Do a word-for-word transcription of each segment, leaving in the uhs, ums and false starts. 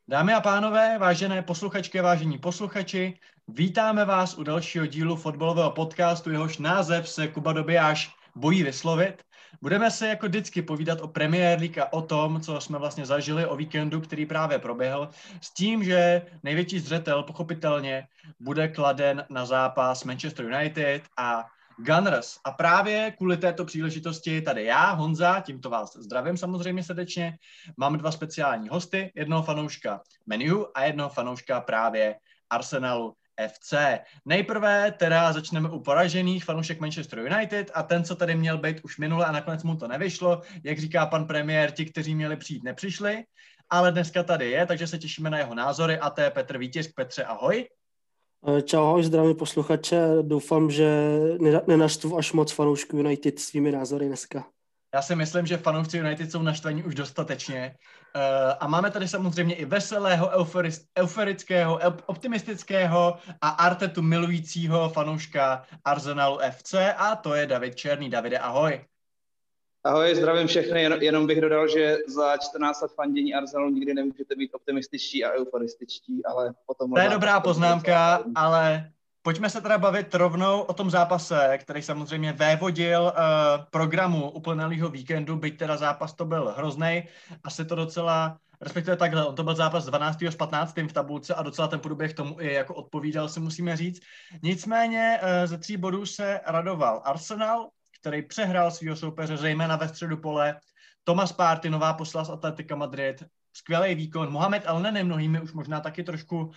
Dámy a pánové, vážené posluchačky, vážení posluchači, vítáme vás u dalšího dílu fotbalového podcastu, jehož název se Kuba Dobijáš bojí vyslovit. Budeme se jako vždycky povídat o Premier League a o tom, co jsme vlastně zažili o víkendu, který právě proběhl, s tím, že největší zřetel pochopitelně bude kladen na zápas Manchester United a Gunners. A právě kvůli této příležitosti tady já, Honza, tímto vás zdravím samozřejmě srdečně, mám dva speciální hosty, jednoho fanouška Man U a jednoho fanouška právě Arsenalu F C. Nejprve teda začneme u poražených, fanoušek Manchester United, a ten, co tady měl být už minule a nakonec mu to nevyšlo, jak říká pan premiér, ti, kteří měli přijít, nepřišli, ale dneska tady je, takže se těšíme na jeho názory, a to je Petr Vítěz. Petře, ahoj. Čau, ahoj, zdravím posluchače. Doufám, že nenaštvu až moc fanoušků United svými názory dneska. Já si myslím, že fanoušci United jsou naštvaní už dostatečně. Uh, a máme tady samozřejmě i veselého, euforického, optimistického a Artetu milujícího fanouška Arsenalu F C, a to je David Černý. Davide, ahoj. Ahoj, zdravím všechny, Jen, jenom bych dodal, že za čtrnáct let fandění Arsenalu nikdy nemůžete být optimističtí a euforističtí, ale potom... To je dobrá poznámka, ale pojďme se teda bavit rovnou o tom zápase, který samozřejmě vévodil uh, programu uplynulého víkendu, byť teda zápas to byl hroznej, asi to docela, respektive takhle, on to byl zápas dvanáctého s patnáctým v tabulce a docela ten průběh tomu i jako odpovídal, si musíme říct. Nicméně uh, ze tří bodů se radoval Arsenal, který přehrál svého soupeře zejména ve středu pole. Thomas Partey, nová posila z Atletica Madrid, skvělý výkon. Mohamed Elneny, mnohými už možná taky trošku uh,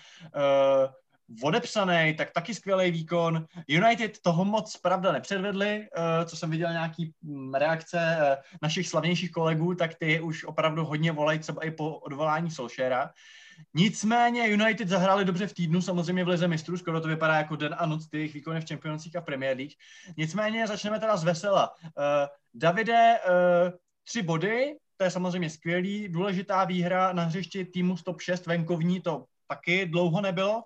odepsaný, tak taky skvělý výkon. United toho moc pravda nepředvedli, uh, co jsem viděl nějaký reakce uh, našich slavnějších kolegů, tak ty už opravdu hodně volají třeba i po odvolání Solskjaera. Nicméně United zahráli dobře v týdnu, samozřejmě v lize mistrů, skoro to vypadá jako den a noc, ty jejich výkony v Champions League a Premier League. Nicméně začneme teda z vesela. Uh, Davide, uh, tři body, to je samozřejmě skvělý, důležitá výhra na hřišti týmu z top šest venkovní, to taky dlouho nebylo.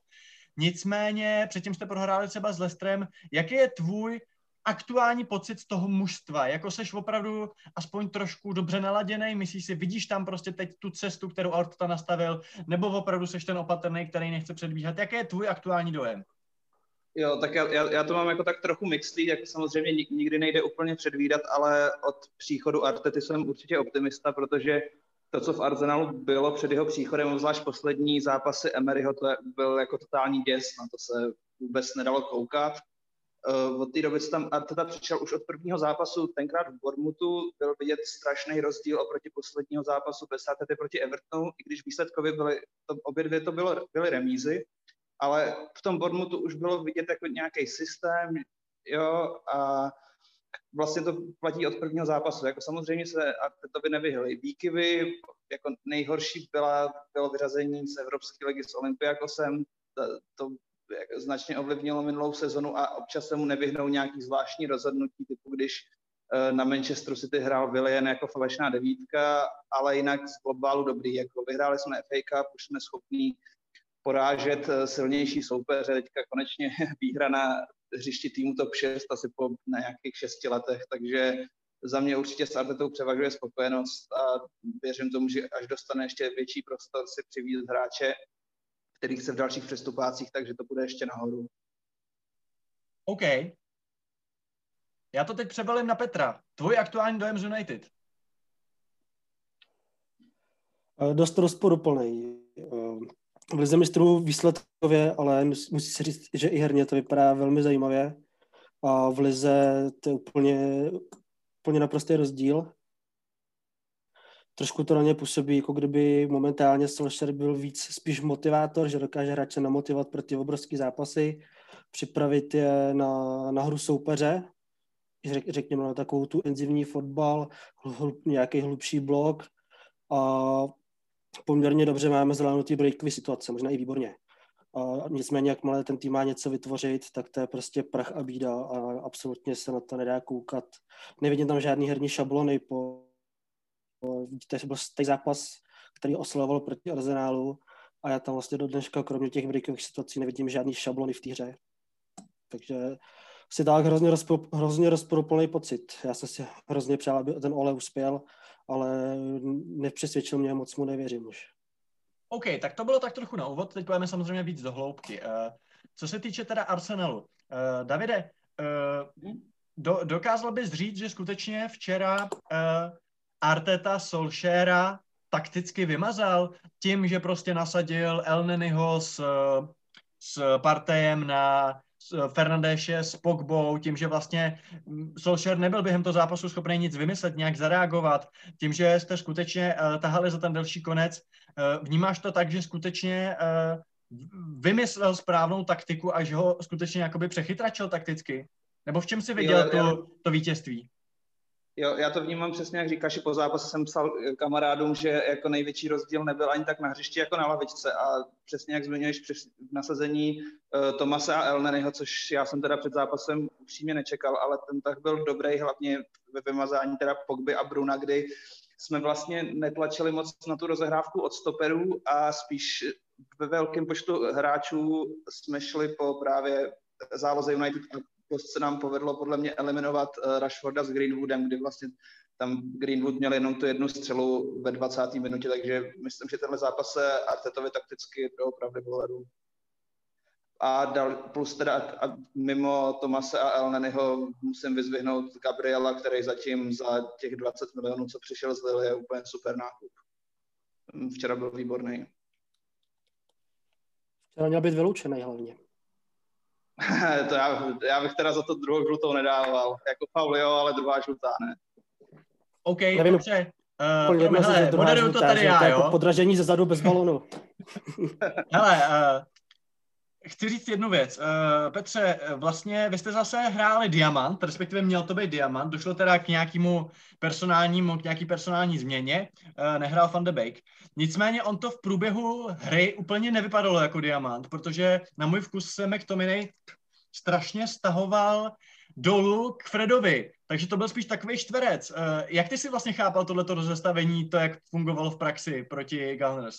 Nicméně předtím jste prohráli třeba s Leicesterem. Jaký je tvůj aktuální pocit z toho mužstva? Jako seš opravdu aspoň trošku dobře naladěnej? Myslíš si, vidíš tam prostě teď tu cestu, kterou Arteta nastavil, nebo opravdu seš ten opatrný, který nechce předbíhat? Jaký je tvůj aktuální dojem? Jo, tak já, já, já to mám jako tak trochu mixlý, jako samozřejmě nikdy nejde úplně předvídat, ale od příchodu Artety jsem určitě optimista, protože to, co v Arsenalu bylo před jeho příchodem, obzvlášť poslední zápasy Emeryho, to byl jako totální děs, na to se vůbec nedalo koukat. Uh, od té doby, co tam Arteta přišel už od prvního zápasu, tenkrát v Bournemouthu, byl vidět strašný rozdíl oproti posledního zápasu bez Artety proti Evertonu, i když výsledkově byly, to, obě dvě to bylo, byly remízy, ale v tom Bournemouthu už bylo vidět jako nějaký systém, jo, a vlastně to platí od prvního zápasu. Jako samozřejmě se Artetovi nevyhly výkyvy, jako nejhorší byla, bylo vyřazení z Evropské ligy s Olympiakosem, to, to značně ovlivnilo minulou sezonu a občas se mu nevyhnou nějaký zvláštní rozhodnutí, typu když na Manchesteru City hrál Willian jako falešná devítka, ale jinak z globálu dobrý. Jako vyhráli jsme F A Cup, už jsme schopní porážet silnější soupeře. Teďka konečně výhra na hřišti týmu top šest asi po na nějakých šesti letech, takže za mě určitě s Artetou převažuje spokojenost a věřím tomu, že až dostane ještě větší prostor si přivízt hráče, kterých se v dalších přestupácích, takže to bude ještě nahoru. OK. Já to teď přebalím na Petra. Tvůj aktuální dojem z United? Dost rozporuplný. V lize mistrů výsledkově, ale musí se říct, že i herně to vypadá velmi zajímavě. A v lize to je úplně, úplně naprostý rozdíl. Trošku to na ně působí, jako kdyby momentálně Solskjaer byl víc spíš motivátor, že dokáže hráče namotivovat pro ty obrovské zápasy, připravit je na, na hru soupeře, řek, řekněme na takovou tu enzivní fotbal, hl, nějaký hlubší blok a poměrně dobře máme zvládnutý breakový situace, možná i výborně. A nicméně, jakmile ten tým má něco vytvořit, tak to je prostě prach a bída a absolutně se na to nedá koukat. Nevidím tam žádný herní šablony po Vidíte, že byl ten zápas, který oslovoval proti Arsenalu a já tam vlastně do dneška, kromě těch breakových situací, nevidím žádný šablony v té hře. Takže si tak hrozně, rozpor, hrozně rozporuplný pocit. Já jsem si hrozně přál, aby ten Ole uspěl, ale nepřesvědčil mě, moc mu nevěřím už. OK, tak to bylo tak trochu na úvod, teď půjdeme samozřejmě víc do hloubky. Uh, co se týče teda Arsenalu. Uh, Davide, uh, do, dokázal bys říct, že skutečně včera uh, Arteta Solskjaera takticky vymazal tím, že prostě nasadil Elnenyho s, s Partejem na Fernandéše s Pogbou, tím, že vlastně Solskjaer nebyl během toho zápasu schopný nic vymyslet, nějak zareagovat, tím, že jste skutečně uh, tahali za ten delší konec. Uh, vnímáš to tak, že skutečně uh, vymyslel správnou taktiku a že ho skutečně jakoby přechytračil takticky? Nebo v čem si viděl jo, já, to, to vítězství? Jo, já to vnímám přesně, jak říkáš, po zápase jsem psal kamarádům, že jako největší rozdíl nebyl ani tak na hřišti jako na lavičce a přesně jak zmiňuješ v nasazení uh, Tomase a Elnenyho, což já jsem teda před zápasem upřímně nečekal, ale ten tak byl dobrý, hlavně ve vymazání teda Pogby a Bruna, kdy jsme vlastně netlačili moc na tu rozehrávku od stoperů a spíš ve velkém počtu hráčů jsme šli po právě záloze United a dost se nám povedlo podle mě eliminovat uh, Rashforda s Greenwoodem, kdy vlastně tam Greenwood měl jenom tu jednu střelu ve dvacáté minutě, takže myslím, že tenhle zápas se Artetovi takticky doopravdy povedl. A dal, plus teda a mimo Tomase a Elnenyho musím vyzvihnout Gabriela, který zatím za těch dvacet milionů, co přišel z Lille, je úplně super nákup. Včera byl výborný. Včera měl být vyloučený hlavně. to já, já bych teda za to druhou žlutou nedával. Jako faul jo, ale druhá žlutá ne. OK, nevím, dobře. Uh, jedno, hele, moderuju to tady já, jo? Jako podražení ze zadu bez balonu. Hele, uh, chci říct jednu věc. Uh, Petře, vlastně vy jste zase hráli Diamant, respektive měl to být Diamant, došlo teda k nějakému personálnímu, k nějaký personální změně, uh, nehrál Van de Beek. Nicméně on to v průběhu hry úplně nevypadalo jako Diamant, protože na můj vkus se McTominay strašně stahoval dolů k Fredovi, takže to byl spíš takový čtverec. Uh, jak ty si vlastně chápal tohleto rozestavení, to, jak fungovalo v praxi proti Gunners?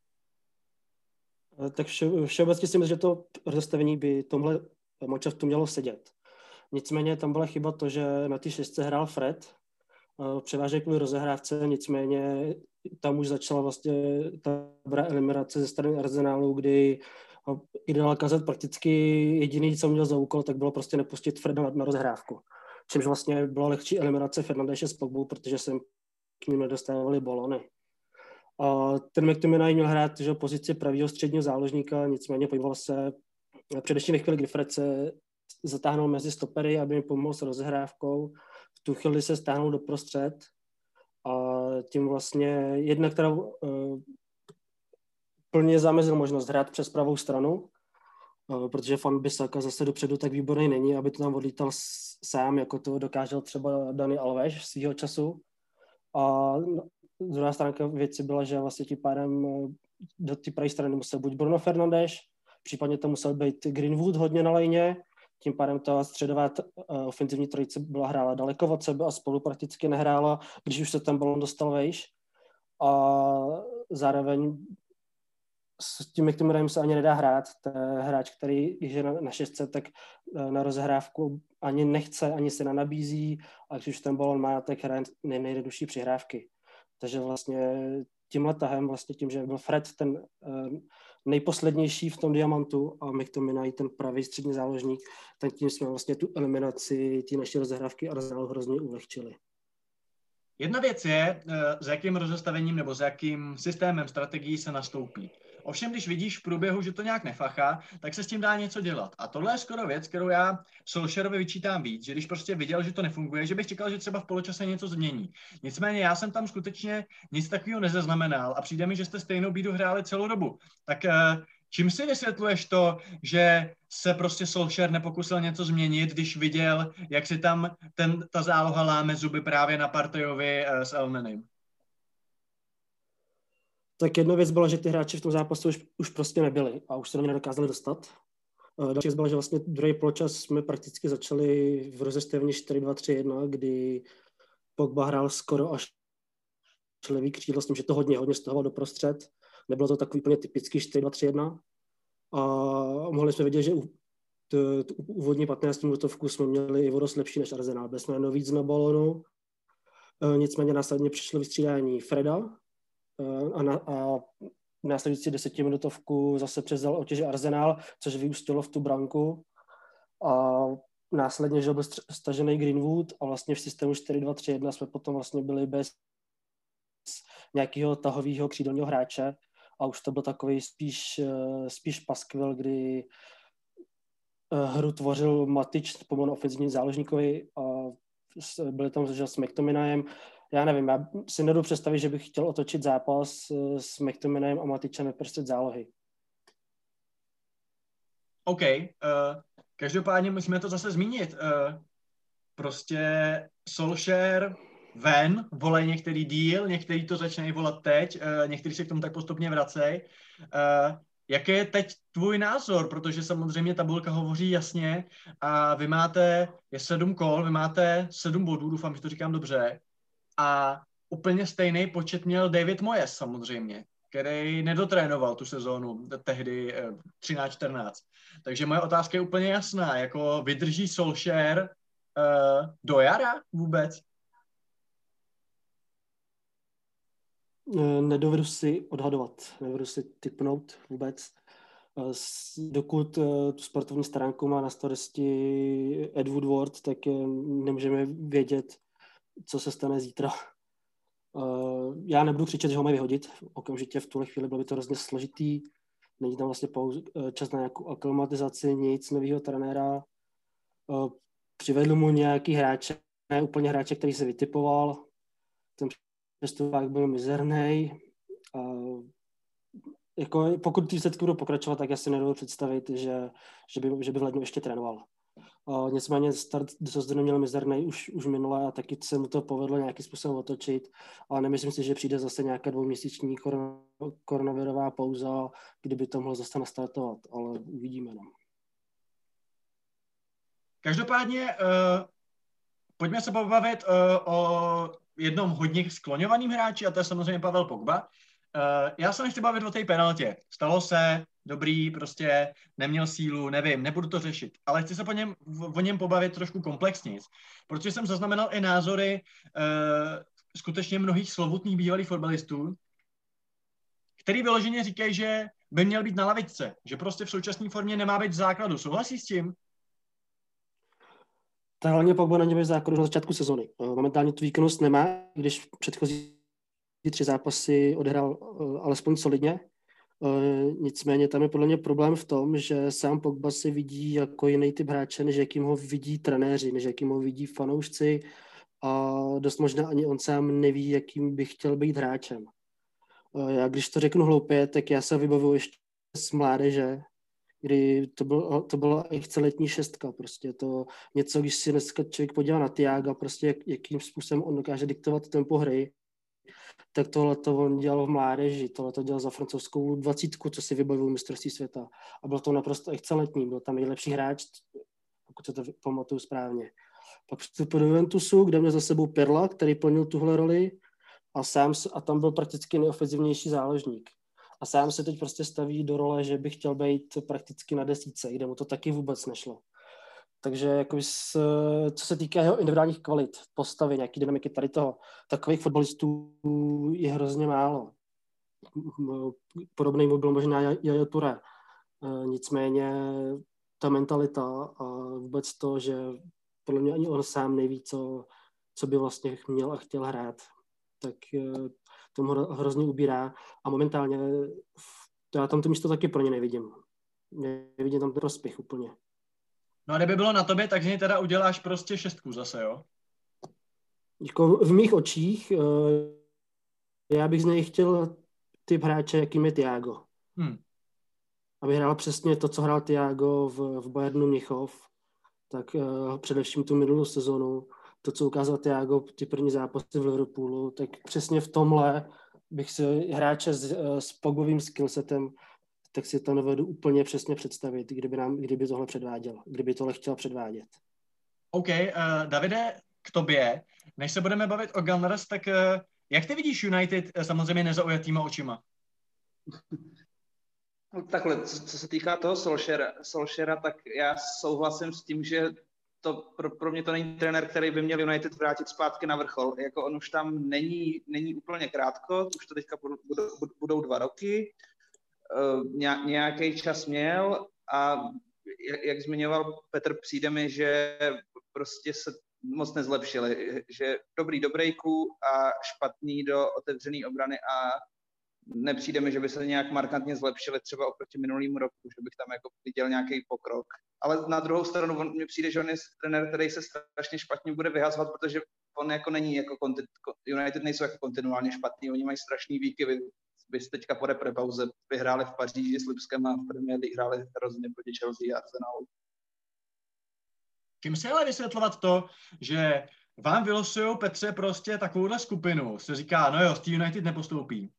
Tak vše, všeobecně si myslím, že to rozestavení by tomhle manšaftu mělo sedět. Nicméně tam byla chyba to, že na té šestce hrál Fred, převážně kvůli rozehrávce, nicméně tam už začala vlastně ta dobrá eliminace ze strany Arsenalu, kdy ideál Kazet prakticky jediný, co měl za úkol, tak bylo prostě nepustit Freda na, na rozhrávku. Čímž vlastně byla lehčí eliminace Fernandéše s Pogbou, protože se k ním nedostávali balony. A ten McTominay měl hrát že, pozici pravého středního záložníka, nicméně pojíval se především ve chvíli, kdy Fred se zatáhnul mezi stopery, aby mi pomohl s rozhrávkou. V tu chvíli se stáhnul doprostřed a tím vlastně jedna, která uh, plně zamezil možnost hrát přes pravou stranu, uh, protože Van Bissaka zase dopředu tak výborný není, aby to tam odlítal s, sám, jako to dokázal třeba Dani Alves svýho času. A druhá stránka věci byla, že vlastně tím pádem do té pravé strany musel buď Bruno Fernandes, případně to musel být Greenwood hodně na lajně, tím pádem ta středová t- ofenzivní trojice byla hrála daleko od sebe a spolu prakticky nehrála, když už se ten balon dostal vejš. A zároveň s tím McTominayem se ani nedá hrát. To je hráč, který je na, na šestce, tak na rozhrávku ani nechce, ani se nenabízí a když už ten balon má, tak hraje nej, nejjednodušší přihrávky. Takže vlastně tímhle tahem, vlastně tím, že byl Fred ten uh, nejposlednější v tom Diamantu a McTominay ten pravý střední záložník, tak tím jsme vlastně tu eliminaci té naší rozehrávky Arsenalu hrozně ulehčili. Jedna věc je, s jakým rozestavením nebo s jakým systémem strategií se nastoupí. Ovšem, když vidíš v průběhu, že to nějak nefachá, tak se s tím dá něco dělat. A tohle je skoro věc, kterou já Solskjaerovi vyčítám víc, že když prostě viděl, že to nefunguje, že bych čekal, že třeba v poločase něco změní. Nicméně já jsem tam skutečně nic takového nezaznamenal a přijde mi, že jste stejnou bídu hráli celou dobu. Tak čím si vysvětluješ to, že se prostě Solskjaer nepokusil něco změnit, když viděl, jak si tam ten, ta záloha láme zuby právě na Partejovi uh, s Elnenym? Tak jedna věc byla, že ty hráči v tom zápasu už, už prostě nebyli a už se na ně nedokázali dostat. Uh, další věc byla, že vlastně druhý poločas jsme prakticky začali v rozestavení čtyři dva tři jedna, kdy Pogba hrál skoro až levý křídlo s tím, že to hodně, hodně stahoval doprostřed. Nebylo to takový úplně typický čtyři dva tři jedna. A mohli jsme vidět, že u t, t, úvodní patnáct minutovku jsme měli i o dost lepší než Arsenal. Byli jsme víc na balonu. E, nicméně následně přišlo vystřídání Freda e, a, na, a v následující desetiminutovku zase převzal otěže Arsenal, což vyústilo v tu branku. A následně, že byl stažený Greenwood a vlastně v systému čtyři dva tři jedna jsme potom vlastně byli bez nějakého tahového křídelního hráče a už to byl takový spíš, spíš paskvil, kdy hru tvořil Matič pomocí ofenzivní záložníkovi a byli tam že s McTominayem. Já nevím, já si nedovedu představit, že bych chtěl otočit zápas s McTominayem a Matičem vyprostit zálohy. OK. Uh, každopádně musíme to zase zmínit. Uh, prostě Solskjaer ven, volej některý díl, některý to začínají volat teď, uh, některý se k tomu tak postupně vracej. Uh, jaký je teď tvůj názor? Protože samozřejmě tabulka hovoří jasně a vy máte, je sedm kol, vy máte sedm bodů, doufám, že to říkám dobře. A úplně stejný počet měl David Moyes samozřejmě, který nedotrénoval tu sezónu tehdy třináct čtrnáct. Takže moje otázka je úplně jasná. Jako vydrží Solskjaer uh, do jara vůbec? Nedovedu si odhadovat, nedovedu si tipnout vůbec. Dokud tu sportovní stránku má na starosti Ed Woodward, tak nemůžeme vědět, co se stane zítra. Já nebudu křičet, že ho mají vyhodit. Okamžitě v tuhle chvíli bylo by to hrozně složitý. Není tam vlastně pauz, čas na nějakou aklimatizaci, nic nového trenéra. Přivedl mu nějaký hráče, ne úplně hráče, který se vytipoval. Ten přestupák byl mizerný. Jako, pokud ty výsledky budou pokračovat, tak já si nedovedu představit, že, že, by, že by v lednu ještě trénoval. Uh, nicméně start do sezóny měl mizerný už, už minule a taky se mu to povedlo nějakým způsobem otočit, ale nemyslím si, že přijde zase nějaká dvouměsíční koron, koronavirová pauza, kdyby to mohlo zase nastartovat, ale uvidíme. No. Každopádně uh, pojďme se pobavit uh, o jednom hodně skloňovaným hráči a to je samozřejmě Pavel Pogba. Uh, já se nechci bavit o té penaltě. Stalo se, dobrý, prostě neměl sílu, nevím, nebudu to řešit. Ale chci se po něm, o něm pobavit trošku komplexněji. Protože jsem zaznamenal i názory uh, skutečně mnohých slovutných bývalých fotbalistů, který vyloženě říkají, že by měl být na lavičce. Že prostě v současné formě nemá být v základu. Souhlasí s tím? Tak hlavně Pogba není v základu na začátku sezony. Momentálně tu výkonnost nemá, když předchozí tři zápasy odehrál uh, alespoň solidně. Uh, nicméně tam je podle mě problém v tom, že sám Pogba si vidí jako jiný typ hráče, než jakým ho vidí trenéři, než jakým ho vidí fanoušci a dost možná ani on sám neví, jakým by chtěl být hráčem. Uh, já když to řeknu hloupě, tak já se vybavuju ještě z mládeže, kdy to, byl, to byla excelentní šestka. Prostě to něco, když si dneska člověk podívá na Thiaga, prostě jak, jakým způsobem on dokáže diktovat tempo hry, tak tohle to on dělal v mládeži, tohle to dělal za francouzskou dvacítku, co si vybavuju mistrovství světa. A byl to naprosto excelentní, byl tam nejlepší hráč, pokud se to pamatuju správně. Pak vstupil do Juventusu, kde měl za sebou Pirla, který plnil tuhle roli a, sám, a tam byl prakticky nejofenzivnější záložník. A sám se teď prostě staví do role, že by chtěl být prakticky na desítce, kde mu to taky vůbec nešlo. Takže jako s, co se týká jeho individuálních kvalit, postavy, nějaký dynamiky tady toho, takových fotbalistů je hrozně málo. Podobný mu byl možná Yaya Touré. Nicméně ta mentalita a vůbec to, že podle mě ani on sám neví, co, co by vlastně měl a chtěl hrát, tak tomu hrozně ubírá. A momentálně já tam to místo taky pro ně nevidím. Nevidím tam ten prospěch úplně. No a kdyby bylo na tobě, takže teda uděláš prostě šestku zase, jo? Jako v mých očích já bych z něj chtěl typ hráče, jakým je Thiago. Hmm. Aby hrál přesně to, co hrál Thiago v, v Bayernu Mnichov, tak uh, především tu minulou sezonu, to, co ukázal Thiago, ty první zápasy v Liverpoolu, tak přesně v tomhle bych si hráče s, s Pogbovým skillsetem tak si to nevedu úplně přesně představit, kdyby, nám, kdyby tohle předváděl, kdyby tohle chtěl předvádět. OK, uh, Davide, k tobě. Než se budeme bavit o Gunners, tak uh, jak ty vidíš United uh, samozřejmě nezaujatýma očima? No, takhle, co, co se týká toho Solskjaera, Solskjaera, tak já souhlasím s tím, že to pro, pro mě to není trenér, který by měl United vrátit zpátky na vrchol. Jako on už tam není, není úplně krátko, už to teďka budou, budou dva roky. uh, nějaký čas měl a jak, jak zmiňoval Petr, přijde mi, že prostě se moc nezlepšili, že dobrý do breaku a špatný do otevřený obrany a nepřijde mi, že by se nějak markantně zlepšili třeba oproti minulýmu roku, že bych tam jako viděl nějaký pokrok. Ale na druhou stranu on, mně přijde, že on je trenér, který se strašně špatně bude vyhazovat, protože on jako není jako konti- United nejsou jako kontinuálně špatný, oni mají strašný výkyvy. Vy teďka po repre pauze vyhráli v Paříži s Lipskem a v Premier League hráli hrozně proti Chelsea a Arsenalu. Čím si ale vysvětlovat to, že vám vylosujou, Petře, prostě takovouhle skupinu, se říká, no jo, z United nepostoupí.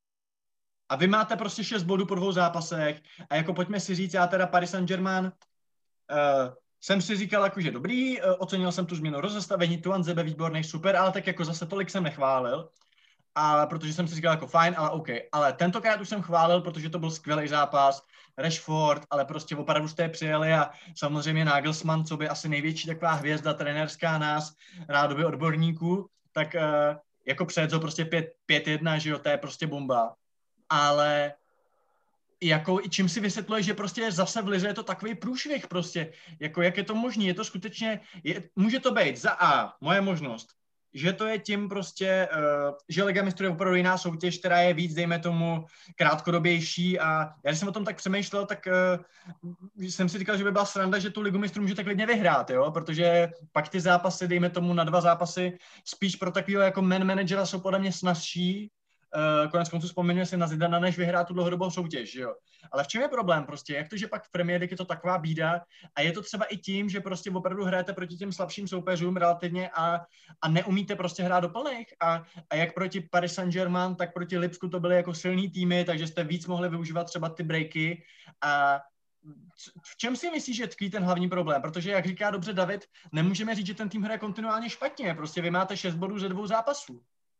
A vy máte prostě šest bodů po dvou zápasech a jako pojďme si říct, já teda Paris Saint-Germain uh, jsem si říkal jakože dobrý, uh, ocenil jsem tu změnu rozestavení, Tuanzebe výborný, super, ale tak jako zase tolik jsem nechválil, ale protože jsem si říkal jako fajn, ale OK. Ale tentokrát už jsem chválil, protože to byl skvělý zápas, Rashford, ale prostě opravdu jste je přijeli a samozřejmě Nagelsmann, co by asi největší taková hvězda trenérská nás, rádoby odborníků, tak uh, jako předzo prostě pět jedna, že jo, to je prostě bomba. Ale jako čím si vysvětluje, že prostě zase v lize je to takový průšvih prostě, jako jak je to možné, je to skutečně, je, může to být za A, moje možnost, že to je tím prostě, uh, že Liga mistrů je opravdu jiná soutěž, která je víc, dejme tomu, krátkodobější a já když jsem o tom tak přemýšlel, tak uh, jsem si říkal, že by byla sranda, že tu Ligu mistrů můžete klidně vyhrát, jo, protože pak ty zápasy, dejme tomu na dva zápasy, spíš pro takového jako man managera jsou podle mě snazší. Uh, konec konců vzpomeňme si na Zidana, než vyhrá tu dlouhodobou soutěž, jo. Ale v čem je problém prostě? Jak to, že pak v Premier League je to taková bída a je to třeba i tím, že prostě opravdu hrajete proti těm slabším soupeřům relativně a, a neumíte prostě hrát do plných a, a jak proti Paris Saint-Germain, tak proti Lipsku to byly jako silný týmy, takže jste víc mohli využívat třeba ty breaky a v čem si myslíš, že tkví ten hlavní problém? Protože, jak říká dobře David, nemůžeme říct, že ten tým hraje kontinuálně špatně, prostě vy máte šest bodů ze dvou zápasů.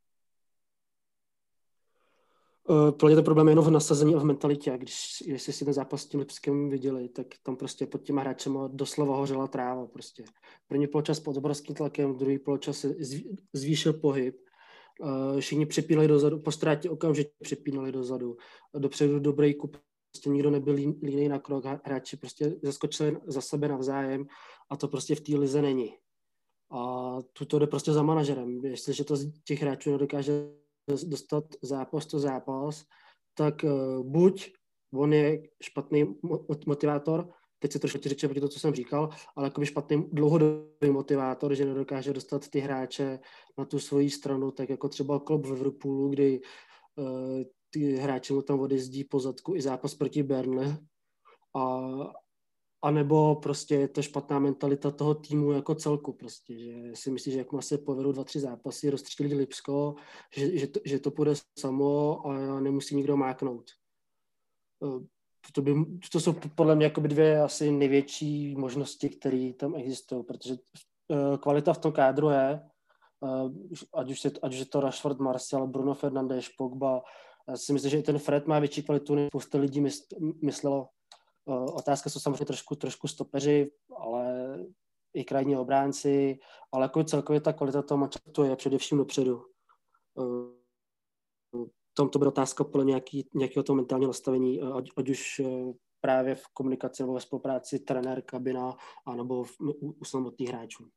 Pro mě to problém je jenom v nasazení a v mentalitě. Když jestli si ten zápas s tím Lipskem viděli, tak tam prostě pod těma hráčema doslova hořela tráva. Prostě. První poločas pod obrovským tlakem, druhý poločas se zvýšil pohyb. Všichni přepínali dozadu, po ztrátě okamžitě přepínali dozadu. Dopředu do breaku prostě nikdo nebyl línej na krok, hráči prostě zaskočili za sebe navzájem a to prostě v té lize není. A tu jde prostě za manažerem. Jestliže to z těch hráčů nedokáže dostat zápas to zápas, tak uh, buď on je špatný motivátor, teď se trošku řeče proti to, co jsem říkal, ale jakoby špatný dlouhodobý motivátor, že nedokáže dostat ty hráče na tu svoji stranu, tak jako třeba Klopp v Liverpoolu, kdy uh, ty hráči mu tam odjezdí po zadku i zápas proti Burnley a a nebo prostě je to špatná mentalita toho týmu jako celku prostě, že si myslí, že jakmile se povedou dva, tři zápasy, rozstřílí Lipsko, že, že, to, že to půjde samo a nemusí nikdo máknout. To, by, to jsou podle mě jakoby dvě asi největší možnosti, které tam existují, protože kvalita v tom kádru je, ať už je, ať už je to Rashford, Martial, Bruno Fernandes, Pogba. Já si myslím, že i ten Fred má větší kvalitu, než spousta lidí myslelo. Otázka jsou samozřejmě trošku, trošku stopeři, ale i krajní obránci, ale jako celkově ta kvalita toho manšaftu je především dopředu. Tam to bude otázka podle nějaký, nějakého toho mentálního nastavení, ať, ať už právě v komunikaci nebo ve spolupráci trenér, kabina, anebo v, u, u samotných hráčů.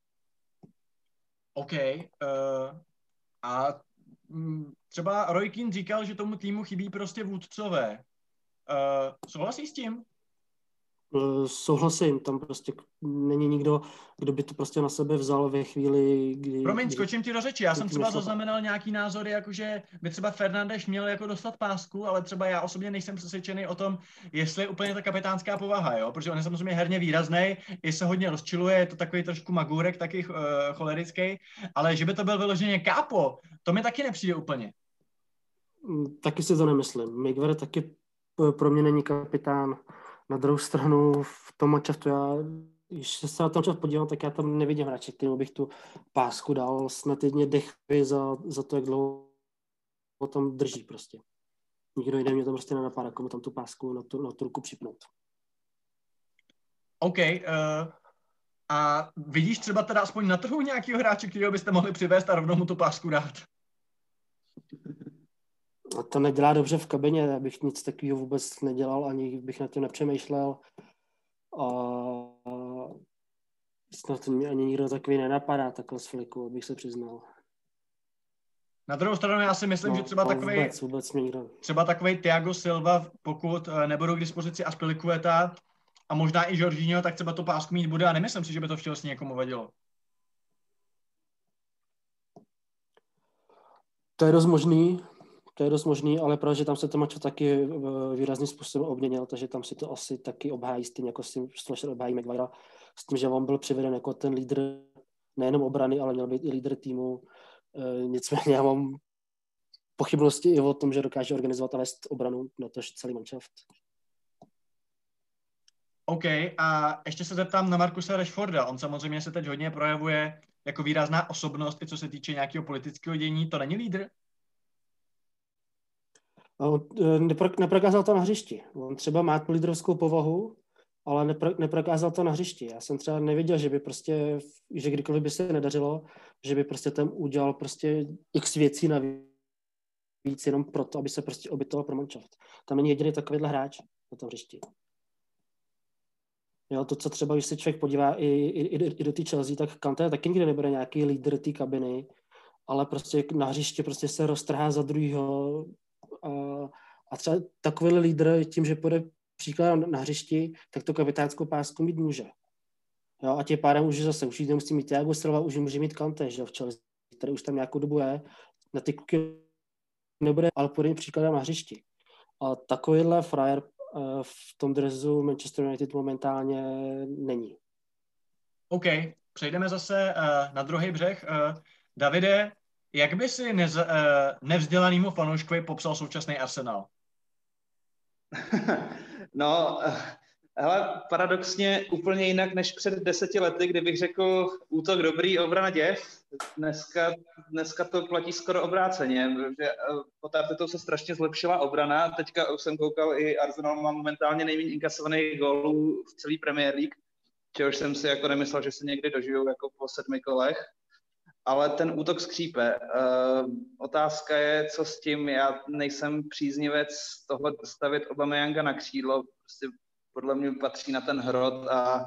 OK. Uh, a m, třeba Roy Keane říkal, že tomu týmu chybí prostě vůdcové. Uh, souhlasí s tím? Uh, souhlasím, tam prostě není nikdo, kdo by to prostě na sebe vzal ve chvíli, kdy... Promiň, kdy, skočím ti do řeči, já jsem třeba nešlo... zaznamenal nějaký názory, jakože by třeba Fernandes měl jako dostat pásku, ale třeba já osobně nejsem přesvědčený o tom, jestli je úplně ta kapitánská povaha, jo, protože on je samozřejmě herně výrazný, i se hodně rozčiluje, je to takový trošku magůrek, taky uh, cholerický, ale že by to byl vyloženě kápo, to mi taky nepřijde úplně. Taky si to nemyslím. Miguel taky pro mě není kapitán. Na druhou stranu v tom manšaftu já, když se na tom čas podívám, tak já tam nevidím hráče, kterým bych tu pásku dal. Snad jedně dechy za, za to, jak dlouho tam drží prostě. Nikdo jiný mě tam prostě nenapadá, komu tam tu pásku na tu, na tu ruku připnout. OK. Uh, a vidíš třeba teda aspoň na trhu nějakého hráče, kterého byste mohli přivést a rovnou mu tu pásku dát? A to nedělá dobře v kabině, abych nic takového vůbec nedělal, ani bych na tím nepřemýšlel. A snad mě ani nikdo takový nenapadá takhle z fliku, abych se přiznal. Na druhou stranu já si myslím, no, že třeba no, takový vůbec, vůbec nikdo. třeba takový Thiago Silva, pokud nebudou k dispozici Azpilicueta a možná i Jorginho, tak třeba to pásku mít bude a nemyslím si, že by to v Chelsea někomu vadilo. To je dost možný, to je dost možný, ale protože tam se to mačo taky výrazným způsobem obměnil, takže tam si to asi taky obhájí s tím, jako s tím Solskjaer obhájí Maguirea, s tím, že on byl přiveden jako ten lídr nejenom obrany, ale měl být i lídr týmu. E, nicméně já mám pochybnosti i o tom, že dokáže organizovat a vést obranu na to celý manšaft. OK, a ještě se zeptám na Marcusa Rashforda. On samozřejmě se teď hodně projevuje jako výrazná osobnost, i co se týče nějakého politického dění. To není lídr? Nepro, neprokázal to na hřišti. On třeba má tu lídrovskou povahu, ale nepro, neprokázal to na hřišti. Já jsem třeba nevěděl, že by prostě, že kdykoliv by se nedařilo, že by prostě tam udělal prostě x věcí navíc jenom proto, aby se prostě obětoval pro manšaft. Tam není jediný takovýhle hráč na tom hřišti. Jo, to, co třeba, když se člověk podívá i, i, i do té Chelsea, tak Kanté taky nikdy nebude nějaký lídr té kabiny, ale prostě na hřiště prostě se roztrhá za druhýho a, a třeba takovýhle lídr tím, že půjde příklad na hřišti, tak to kapitánskou pásku mít může. Jo, a tím pádem už zase, už nemusí mít Thiago Silva, už může mít Kanté, že jo, v Chelsea, který už tam nějakou dobu je, na ty kluky nebude, ale půjde příkladem na hřišti. A takovýhle frajer v tom dresu Manchester United momentálně není. OK, přejdeme zase uh, na druhý břeh. Uh, Davide, jak by si nez, uh, nevzdělanýmu fanouškovi popsal současný Arsenal? No, hele, paradoxně úplně jinak než před deseti lety, kdybych řekl útok dobrý, obrana děv. Dneska, dneska to platí skoro obráceně, protože pod Artetou se strašně zlepšila obrana. Teďka už jsem koukal, i Arsenal má momentálně nejméně inkasovaných gólů v celé Premier League, čehož jsem si jako nemyslel, že se někdy dožijou jako po sedmi kolech. Ale ten útok skřípe. Uh, otázka je, co s tím. Já nejsem příznivec toho stavět Aubameyanga na křídlo. Prostě podle mě patří na ten hrot a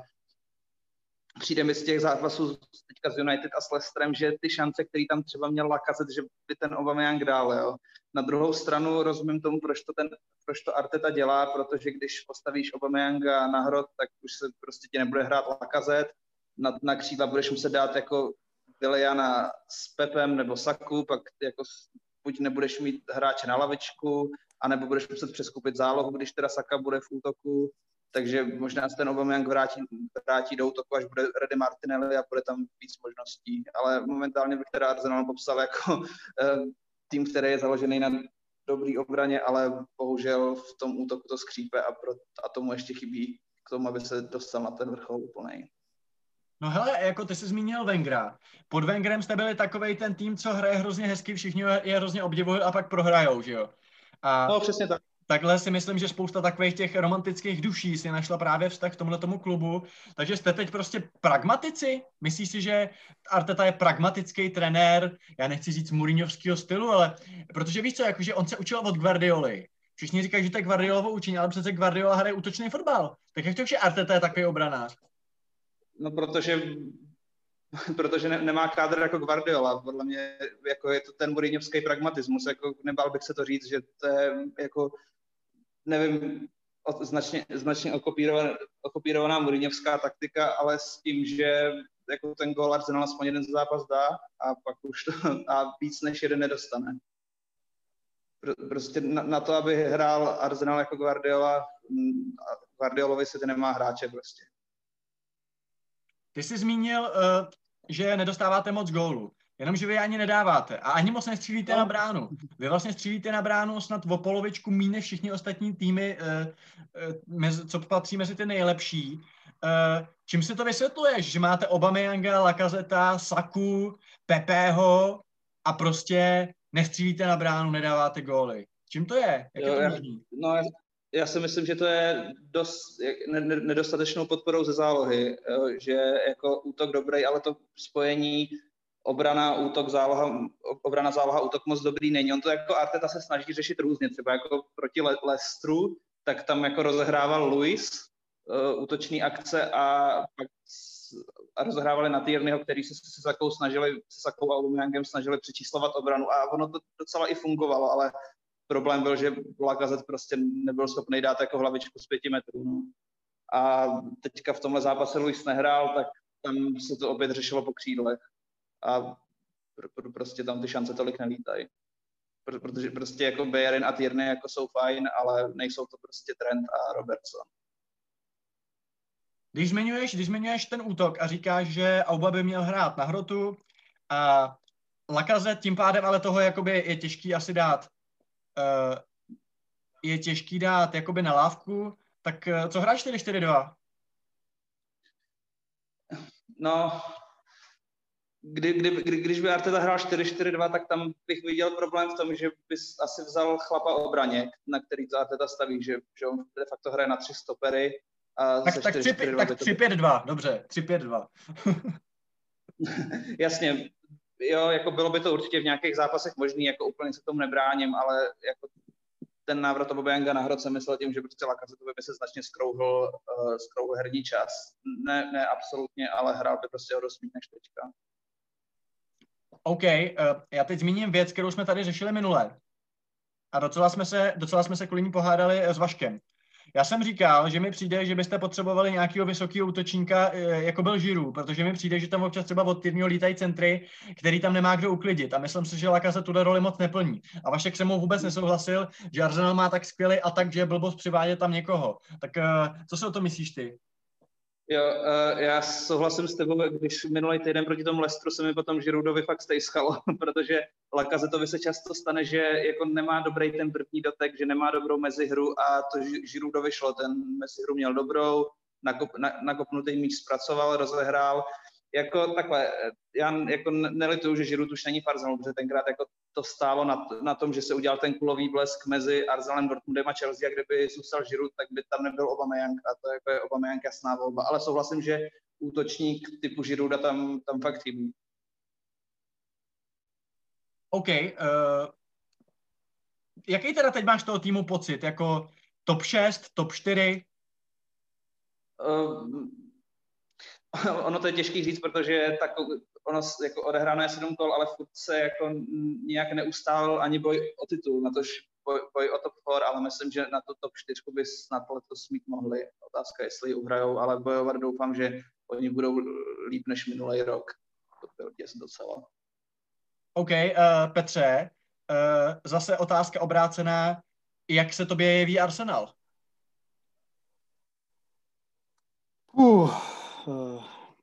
přijde mi z těch zápasů teďka z United a s Leicesterem, že ty šance, které tam třeba měl Lacazette, že by ten Aubameyang dál. Jo. Na druhou stranu rozumím tomu, proč to, ten, proč to Arteta dělá, protože když postavíš Aubameyanga na hrot, tak už se prostě ti nebude hrát Lacazette. Na, na křídla budeš muset dát jako Williana s Pepem nebo Saku, pak jako buď nebudeš mít hráče na lavičku, anebo budeš muset přeskupit zálohu, když teda Saka bude v útoku, takže možná se ten Aubameyang vrátí, vrátí do útoku, až bude ready Martinelli a bude tam víc možností, ale momentálně bych teda Arsenal popsal jako uh, tým, který je založený na dobrý obraně, ale bohužel v tom útoku to skřípe a, pro, a tomu ještě chybí k tomu, aby se dostal na ten vrchol úplnej. No hele, jako ty jsi zmínil Wengera. Pod Wengerem jste byli takovej ten tým, co hraje hrozně hezky, všichni je hrozně obdivují a pak prohrajou, že jo? A no, přesně tak. Takhle si myslím, že spousta takových těch romantických duší si našla právě vztah k tomuhletomu klubu. Takže jste teď prostě pragmatici? Myslíš si, že Arteta je pragmatický trenér, já nechci říct Mourinhovského stylu, ale protože víš co, jakože on se učil od Guardioli. Všichni říkají, že to je Guardiolovo učení, ale přece Guardiola hraje útočný fotbal. Tak jak to, že Arteta je takový obranář? No, protože, protože ne, nemá kádr jako Guardiola. Podle mě jako je to ten mourinhovský pragmatismus. Jako nebál bych se to říct, že to je jako, nevím, značně, značně okopírovaná, okopírovaná mourinhovská taktika, ale s tím, že jako ten gól Arsenal aspoň jeden zápas dá a pak už to a víc než jeden nedostane. Prostě na, na to, aby hrál Arsenal jako Guardiola, Guardiolovi se to nemá hráče prostě. Ty jsi zmínil, že nedostáváte moc gólů, jenomže vy ani nedáváte a ani moc nestřílíte no. na bránu. Vy vlastně střílíte na bránu snad o polovičku méně než všichni ostatní týmy, co patří mezi ty nejlepší. Čím se to vysvětluješ, že máte Aubameyanga, Lacazetta, Saku, Pepeho a prostě nestřílíte na bránu, nedáváte góly? Čím to je? Jak jo, je to já, možný? No, já, já si myslím, že to je dost ne, nedostatečnou podporou ze zálohy, jo, že jako útok dobrý, ale to spojení obrana, útok, záloha, obrana, záloha, útok moc dobrý není. On to jako Arteta se snaží řešit různě, třeba jako proti Le- Leicesteru, tak tam jako rozehrával Luis uh, útoční akce a pak a rozehrávali na Tierneyho, který se se Sakou snažili, se Sakou a Aubameyangem snažili přečíslovat obranu a ono to docela i fungovalo, ale problém byl, že Lacazette prostě nebyl schopný dát jako hlavičku z pěti metrů. No. A teďka v tomhle zápase Luis nehrál, tak tam se to opět řešilo po křídlech. A pr- pr- prostě tam ty šance tolik nelítají. Pr- protože prostě jako Bellerin a Tierney jako jsou fajn, ale nejsou to prostě Trent a Robertson. Když zmiňuješ, když zmiňuješ ten útok a říkáš, že Auba by měl hrát na hrotu a Lacazette tím pádem, ale toho jakoby je těžký asi dát uh, je těžký dát jakoby na lávku, tak uh, co hráš čtyři čtyři dva? No, kdy, kdy, kdy, když by Arteta hrál čtyři čtyři dva, tak tam bych viděl problém v tom, že bys asi vzal chlapa obraně, na který to Arteta staví, že, že on de facto hraje na tři stopery. A tak tak tři pět dva, dobře, tři pět dva. Jasně, jo, jako bylo by to určitě v nějakých zápasech možný, jako úplně se tomu nebráním, ale jako ten návrat Aubameyanga na hrot jsem myslel tím, že prostě Lacazette by se značně skrouhl, uh, skrouhl herní čas. Ne, ne absolutně, ale hrál by prostě o dost víc než teďka. OK, uh, já teď zmíním věc, kterou jsme tady řešili minule. A docela jsme se, docela jsme se kvůli ní pohádali s Vaškem. Já jsem říkal, že mi přijde, že byste potřebovali nějakého vysokého útočníka, jako byl Giroud, protože mi přijde, že tam občas třeba od Tierneyho lítají centry, který tam nemá kdo uklidit. A myslím si, že Lacazette tuhle roli moc neplní. A Vašek se mu vůbec nesouhlasil, že Arsenal má tak skvělý atak, že je blbost přivádět tam někoho. Tak co si o to myslíš ty? Jo, uh, já souhlasím s tebou, když minulý týden proti tomu Leicesteru se mi potom Giroudovi fakt stejskalo, protože Lacazetovi se často stane, že jako nemá dobrý ten první dotek, že nemá dobrou mezihru a to Giroudovi šlo, ten mezihru měl dobrou, nakop, na, nakopnutý míč zpracoval, rozehrál. Jako takhle, já jako nelituju, že Giroud už není v Arsenalu, protože tenkrát jako to stálo na, na tom, že se udělal ten kulový blesk mezi Arsenalem, Dortmundem a Chelsea a kdyby zůstal Giroud, tak by tam nebyl Aubameyang a to jako je Aubameyang jasná volba. Ale souhlasím, že útočník typu Girouda tam, tam fakt chybí. OK. Uh, jaký teda teď máš toho týmu pocit? Jako top šest, top čtyři? Uh, ono to je těžký říct, protože tak, ono jako odehráno je sedm kol, ale furt se jako nějak neustál ani boj o titul, na tož boj, boj o top čtyři, ale myslím, že na to top čtyři by snad letos mít mohli. Otázka, jestli ji uhrajou, ale bojovat doufám, že oni budou líp než minulý rok. To byl děs docela. OK, uh, Petře, uh, zase otázka obrácená. Jak se tobě jeví Arsenal? Uh, uh,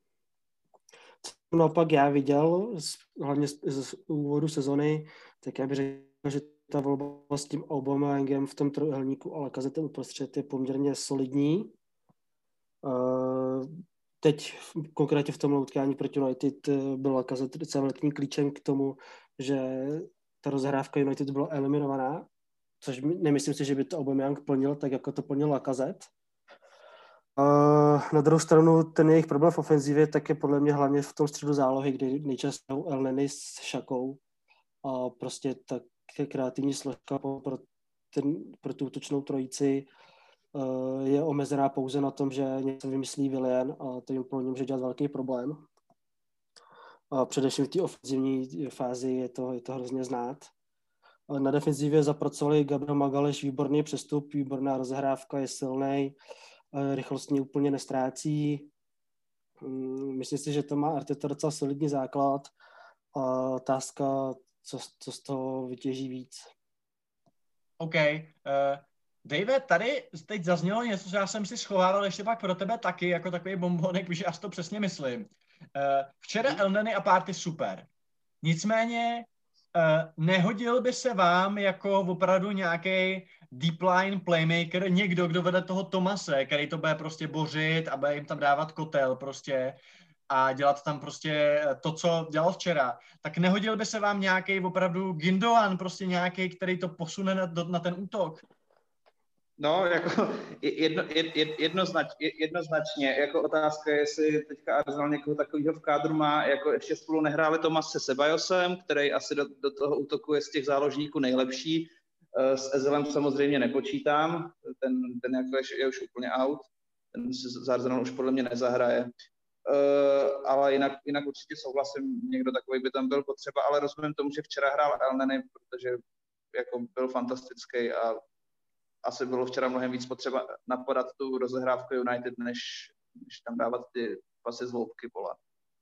co naopak já viděl, hlavně z, z úvodu sezony, tak já bych řekl, že ta volba s tím Aubameyangem v tom trojuhelníku a Lacazettem uprostřed je poměrně solidní. Uh, teď konkrétně v tom utkání proti United byl Lacazette docela velkým klíčem k tomu, že ta rozhrávka United byla eliminovaná, což nemyslím si, že by to Aubameyang plnil tak, jako to plnil Lacazette. Uh, na druhou stranu ten jejich problém v ofenzivě tak je podle mě hlavně v tom středu zálohy, kdy nejčastěji El Neny s Šakou a prostě tak kreativní složka pro, ten, pro tu útočnou trojici uh, je omezená pouze na tom, že něco vymyslí Willian a to jim pro ně může dělat velký problém. A především v té ofenzivní fázi je to, je to hrozně znát. Na defenzivě zapracovali Gabriel Magalhaes, výborný přestup, výborná rozehrávka, je silnej, rychlostně úplně nestrácí. Myslím si, že to má Arteta docela solidní základ a otázka, co, co z toho vytěží víc. OK. Uh, David, tady teď zaznělo něco, co já jsem si schovával ještě pak pro tebe taky, jako takový bombonek, víš, já si to přesně myslím. Uh, včera El Neny a Partey super. Nicméně uh, nehodil by se vám jako opravdu nějaký deep line playmaker, někdo, kdo vede toho Thomase, který to bude prostě bořit a bude jim tam dávat kotel prostě a dělat tam prostě to, co dělal včera, tak nehodil by se vám nějaký opravdu Gündoğan, prostě nějaký, který to posune na, na ten útok? No, jako jedno, jed, jednoznač, jednoznačně, jako otázka je, jestli teďka Arsenal někoho takového v kádru má, jako ještě spolu nehráli Tomas se Sebajosem, který asi do, do toho útoku je z těch záložníků nejlepší. S Ezelem samozřejmě nepočítám, ten, ten jako je, je už úplně out, ten se z Arsenal už podle mě nezahraje. Uh, ale jinak, jinak určitě souhlasím, někdo takový by tam byl potřeba, ale rozumím tomu, že včera hrál Elneny, protože jako byl fantastický a asi bylo včera mnohem víc potřeba napadat tu rozehrávku United, než, než tam dávat ty pasy z hloubky pola.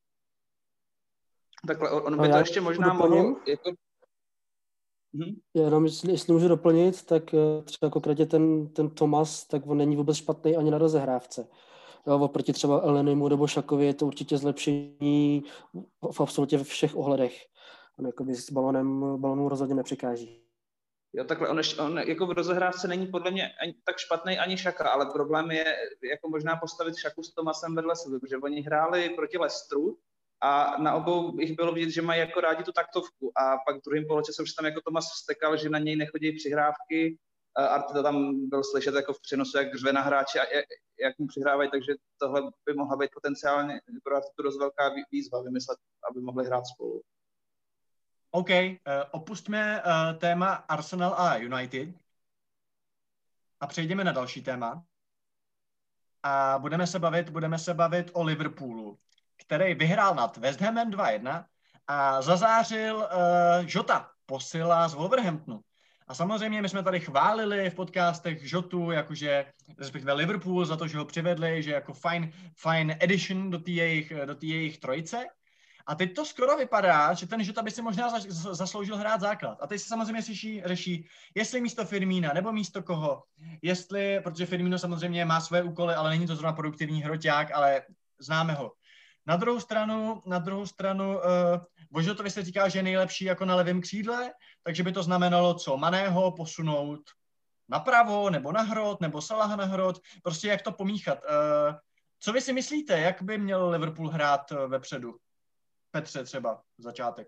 Takhle, on by to ještě možná mohl... Jako... Hm? Jenom, jestli, jestli můžu doplnit, tak třeba konkrétně ten, ten Thomas, tak on není vůbec špatný ani na rozehrávce. Jo, oproti třeba Elnenimu nebo Šakovi je to určitě zlepšení v absolutně ve všech ohledech. On jakoby s balonem, balonu rozhodně nepřekáží. Jo, takhle, on, on jako v rozehrávce není podle mě ani, tak špatný ani Šaka, ale problém je jako možná postavit Šaku s Tomasem vedle sebe, protože oni hráli proti Leicesteru a na obou jich bylo vidět, že mají jako rádi tu taktovku a pak v druhém poločase už tam jako Tomas vztekal, že na něj nechodí přihrávky. Arteta tam byl slyšet jako v přenosu, jak řve na hráče a jak mu přihrávají, takže tohle by mohla být potenciálně pro Artetu dost velká výzva vymyslet, aby mohli hrát spolu. OK, uh, opustíme uh, téma Arsenal a United a přejdeme na další téma. A budeme se bavit, budeme se bavit o Liverpoolu, který vyhrál nad West Hamem dva jedna a zazářil uh, Jota, posila z Wolverhamptonu. A samozřejmě my jsme tady chválili v podcastech Jotu, jakože, respektive Liverpool, za to, že ho přivedli, že jako fine, fine addition do té jejich, do té jejich trojice. A teď to skoro vypadá, že ten Jota by si možná zasloužil hrát základ. A teď se samozřejmě řeší, řeší, jestli místo Firmína nebo místo koho. Jestli, protože Firmino samozřejmě má své úkoly, ale není to zrovna produktivní hroťák, ale známe ho. Na druhou stranu, na druhou stranu, uh, o Jotovi se říká, že je nejlepší jako na levém křídle, takže by to znamenalo co? Maného posunout napravo, nebo na hrot, nebo Salaha na hrot, prostě jak to pomíchat. Uh, co vy si myslíte, jak by měl Liverpool hrát vepředu? Petře třeba, začátek.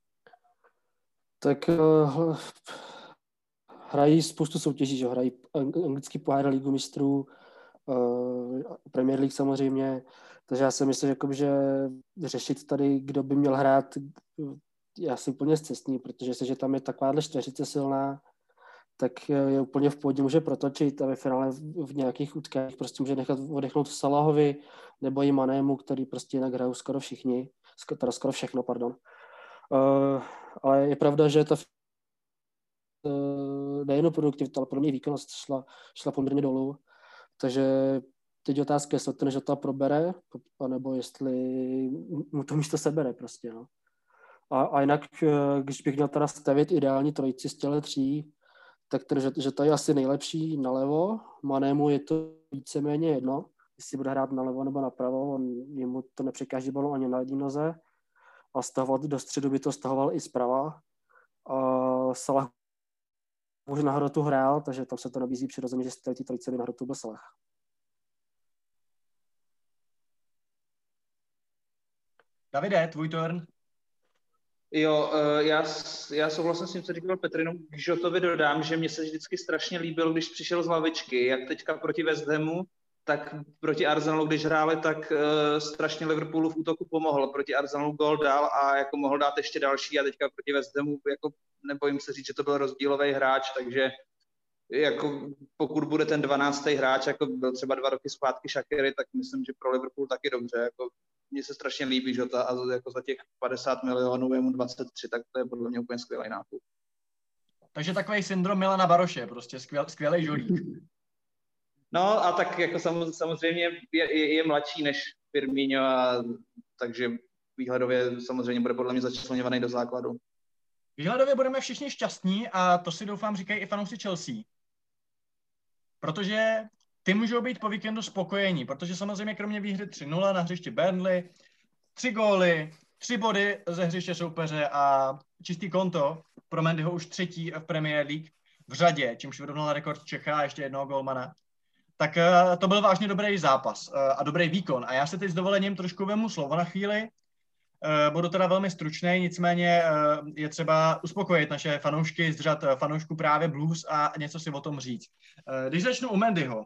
Tak uh, hrají spoustu soutěží, že hrají anglický pohár, Ligu mistrů, uh, Premier League samozřejmě, takže já si myslím, že řešit tady, kdo by měl hrát, je asi úplně zcestný, protože jestliže tam je takováhle čtveřice silná, tak je úplně v pohodě, může protočit a ve finále v nějakých utkách prostě může nechat odechnout Salahovi nebo i Manému, který prostě jinak hrajou skoro všichni, teda skoro všechno, pardon. Uh, ale je pravda, že ta uh, nejen produktivita, ale pro mě výkonnost šla, šla poměrně dolů, takže teď otázka, jestli ten Jota probere, nebo jestli mu to místo sebere prostě, no. A, a jinak, když bych měl teda stavit ideální trojici z těle tří, tak ten Jota je asi nejlepší nalevo, Manému je to víceméně jedno, jestli bude hrát nalevo nebo napravo, on, jemu to nepřekáží balon ani na jedné noze a stahovat do středu by to stahoval i zprava. A Salah už na hrotu hrál, takže tam se to nabízí přirozeně, že z té trojice by na hrotu byl Salah. Davide, tvůj turn. Jo, já, já souhlasím s tím, co říkal Petr, jenom k Jotovi dodám, že mě se vždycky strašně líbil, když přišel z lavičky, jak teďka proti West Hamu, tak proti Arsenalu, když hráli, tak uh, strašně Liverpoolu v útoku pomohl. Proti Arsenalu gól dal a jako mohl dát ještě další a teďka proti West Hamu, jako nebojím se říct, že to byl rozdílový hráč, takže jako pokud bude ten dvanáctý hráč, jako byl třeba dva roky zpátky Shaqiri, tak myslím, že pro Liverpool taky dobře. Jako mně se strašně líbí Jota a jako za těch padesát milionů je mu dvacet tři, tak to je podle mě úplně skvělý nákup. Takže takový syndrom Milana Baroše, prostě skvěl, skvělý žolík. No a tak jako samozřejmě je, je, je mladší než Firmino, a, takže výhledově samozřejmě bude podle mě začleňovaný do základu. Výhledově budeme všichni šťastní a to si doufám říkají i fanoušci Chelsea. Protože ty můžou být po víkendu spokojení, protože samozřejmě kromě výhry tři nula na hřišti Burnley, tři góly, tři body ze hřiště soupeře a čistý konto pro Mendyho už třetí v Premier League v řadě, čímž vyrovnal rekord Čecha a ještě jednoho gólmana. Tak uh, to byl vážně dobrý zápas uh, a dobrý výkon. A já se teď s dovolením trošku vemu slovo na chvíli Uh, budu teda velmi stručný, nicméně uh, je třeba uspokojit naše fanoušky, z řad fanoušků právě Blues a něco si o tom říct. Uh, když začnu u Mendyho,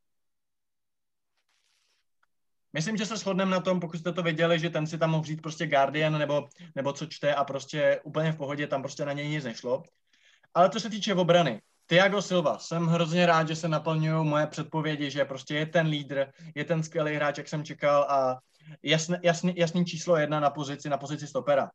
myslím, že se shodneme na tom, pokud jste to viděli, že ten si tam mohl říct prostě Guardian nebo, nebo co čte a prostě úplně v pohodě, tam prostě na něj nic nešlo. Ale to se týče obrany. Thiago Silva, jsem hrozně rád, že se naplňují moje předpovědi, že prostě je ten lídr, je ten skvělý hráč, jak jsem čekal a jasný, jasný, jasný číslo jedna na pozici, na pozici stopera.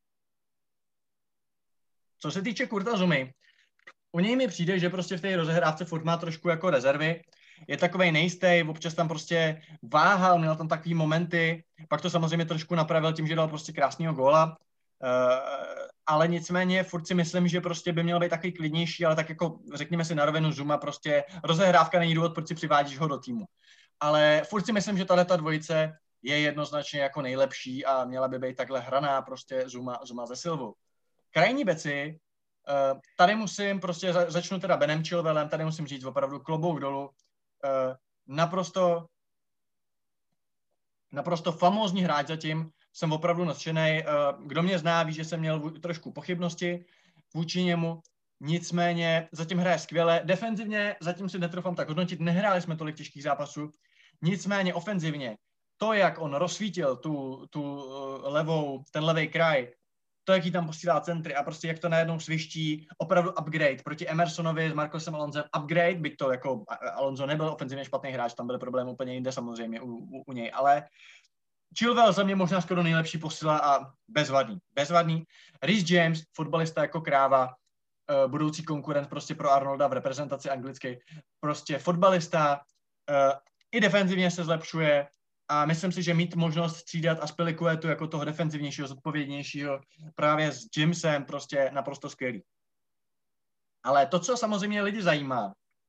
Co se týče Kurta Zumy, u něj mi přijde, že prostě v té rozehrávce furt má trošku jako rezervy, je takovej nejistý, občas tam prostě váhal, měl tam takový momenty, pak to samozřejmě trošku napravil tím, že dal prostě krásného góla, uh, ale nicméně furt si myslím, že prostě by měl být takový klidnější, ale tak jako řekněme si na rovinu Zuma, prostě rozehrávka není důvod, proč si přivádíš ho do týmu. Ale furt si myslím, že tato dvojice je jednoznačně jako nejlepší a měla by být takhle hraná prostě Zuma, Zuma ze Silvou. Krajní beci, uh, tady musím prostě, za, začnu teda Benem Chilwellem, tady musím říct opravdu klobouk dolů, uh, naprosto naprosto famózní hráč zatím, jsem opravdu nadšený. Kdo mě zná, ví, že jsem měl trošku pochybnosti vůči němu, nicméně zatím hraje skvěle. Defenzivně zatím si netroufám tak hodnotit, nehráli jsme tolik těžkých zápasů, nicméně ofenzivně to, jak on rozsvítil tu, tu levou, ten levý kraj, to, jaký tam posílá centry a prostě jak to najednou sviští, opravdu upgrade proti Emersonovi s Marcosem Alonzem, upgrade, byť to jako Alonso nebyl ofenzivně špatný hráč, tam byly problémy úplně jinde samozřejmě u, u, u něj, ale Chilwell za mě možná skoro nejlepší posila a bezvadný, bezvadný. Reece James, fotbalista jako kráva, uh, budoucí konkurent prostě pro Arnolda v reprezentaci anglické, prostě fotbalista, uh, i defenzivně se zlepšuje, a myslím si, že mít možnost střídat Azpilicuetu jako toho defenzivnějšího, zodpovědnějšího právě s Jamesem prostě naprosto skvělý. Ale to, co samozřejmě lidi zajímá,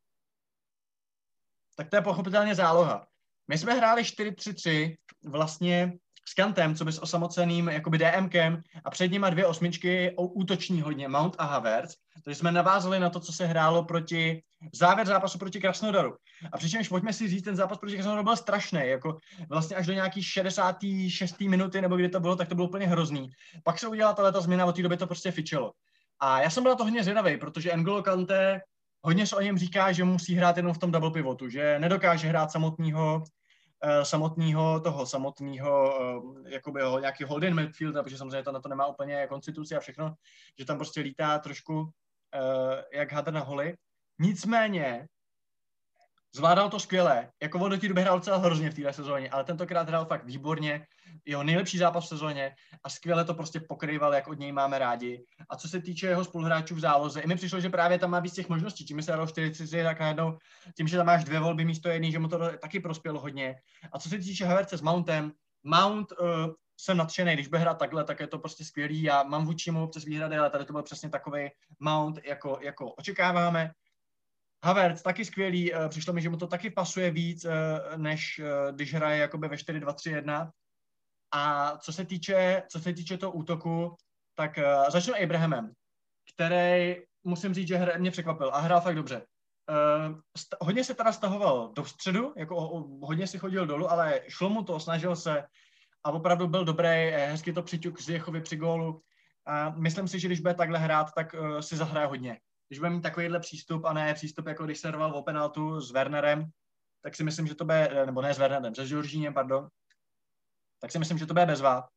tak to je pochopitelně záloha. My jsme hráli čtyři tři tři vlastně s Kantem, co by s osamoceným jakoby DMkem a před nima dvě osmičky útoční hodně, Mount a Havertz. Takže jsme navázali na to, co se hrálo proti závěr zápasu proti Krasnodaru. A přičemž pojďme si říct, ten zápas proti Krasnodaru byl strašný, jako vlastně až do nějaký šedesáté šesté minuty, nebo kdy to bylo, tak to bylo úplně hrozný. Pak se udělala tato změna, od té doby to prostě fičelo. A já jsem byl na to hodně zvědavý, protože N'Golo Kanté, hodně se o něm říká, že musí hrát jenom v tom double pivotu, že nedokáže hrát samotného samotného toho, samotného jakoby nějaký holding midfield, protože samozřejmě to na to nemá úplně konstituci a všechno, že tam prostě lítá trošku uh, jak hadr na holi. Nicméně zvládal to skvěle, jako on do té doby hrál docela hrozně v téhle sezóně, ale tentokrát hrál fakt výborně, jeho nejlepší zápas v sezóně a skvěle to prostě pokrýval, jak od něj máme rádi. A co se týče jeho spoluhráčů v záloze, i mi přišlo, že právě tam má víc těch možností, tím se hrál čtyři tři tři, tak najednou tím, že tam máš dvě volby místo jedný, že mu to taky prospělo hodně. A co se týče Havertze s Mountem, Mount uh, jsem nadšený, když bude hrát takhle, tak je to prostě skvělý. Já mám vůči mu občas výhrady, ale tady to byl přesně takový Mount, jako, jako očekáváme. Havertz taky skvělý, přišlo mi, že mu to taky pasuje víc, než když hraje jakoby ve čtyři dva tři jedna. A co se týče, co se týče toho útoku, tak začnu Abrahamem, který, musím říct, že mě překvapil a hrál fakt dobře. St- hodně se teda stahoval do středu, jako hodně si chodil dolů, ale šlo mu to, snažil se a opravdu byl dobrý, hezky to přiťuk Ziyechovi při gólu. A myslím si, že když bude takhle hrát, tak si zahraje hodně. Když bude mít takovýhle přístup a ne přístup, jako když serval o penaltu s Wernerem, tak si myslím, že to bude, nebo ne s Wernerem, se Jorginhem, pardon, tak si myslím, že to bude bezvá.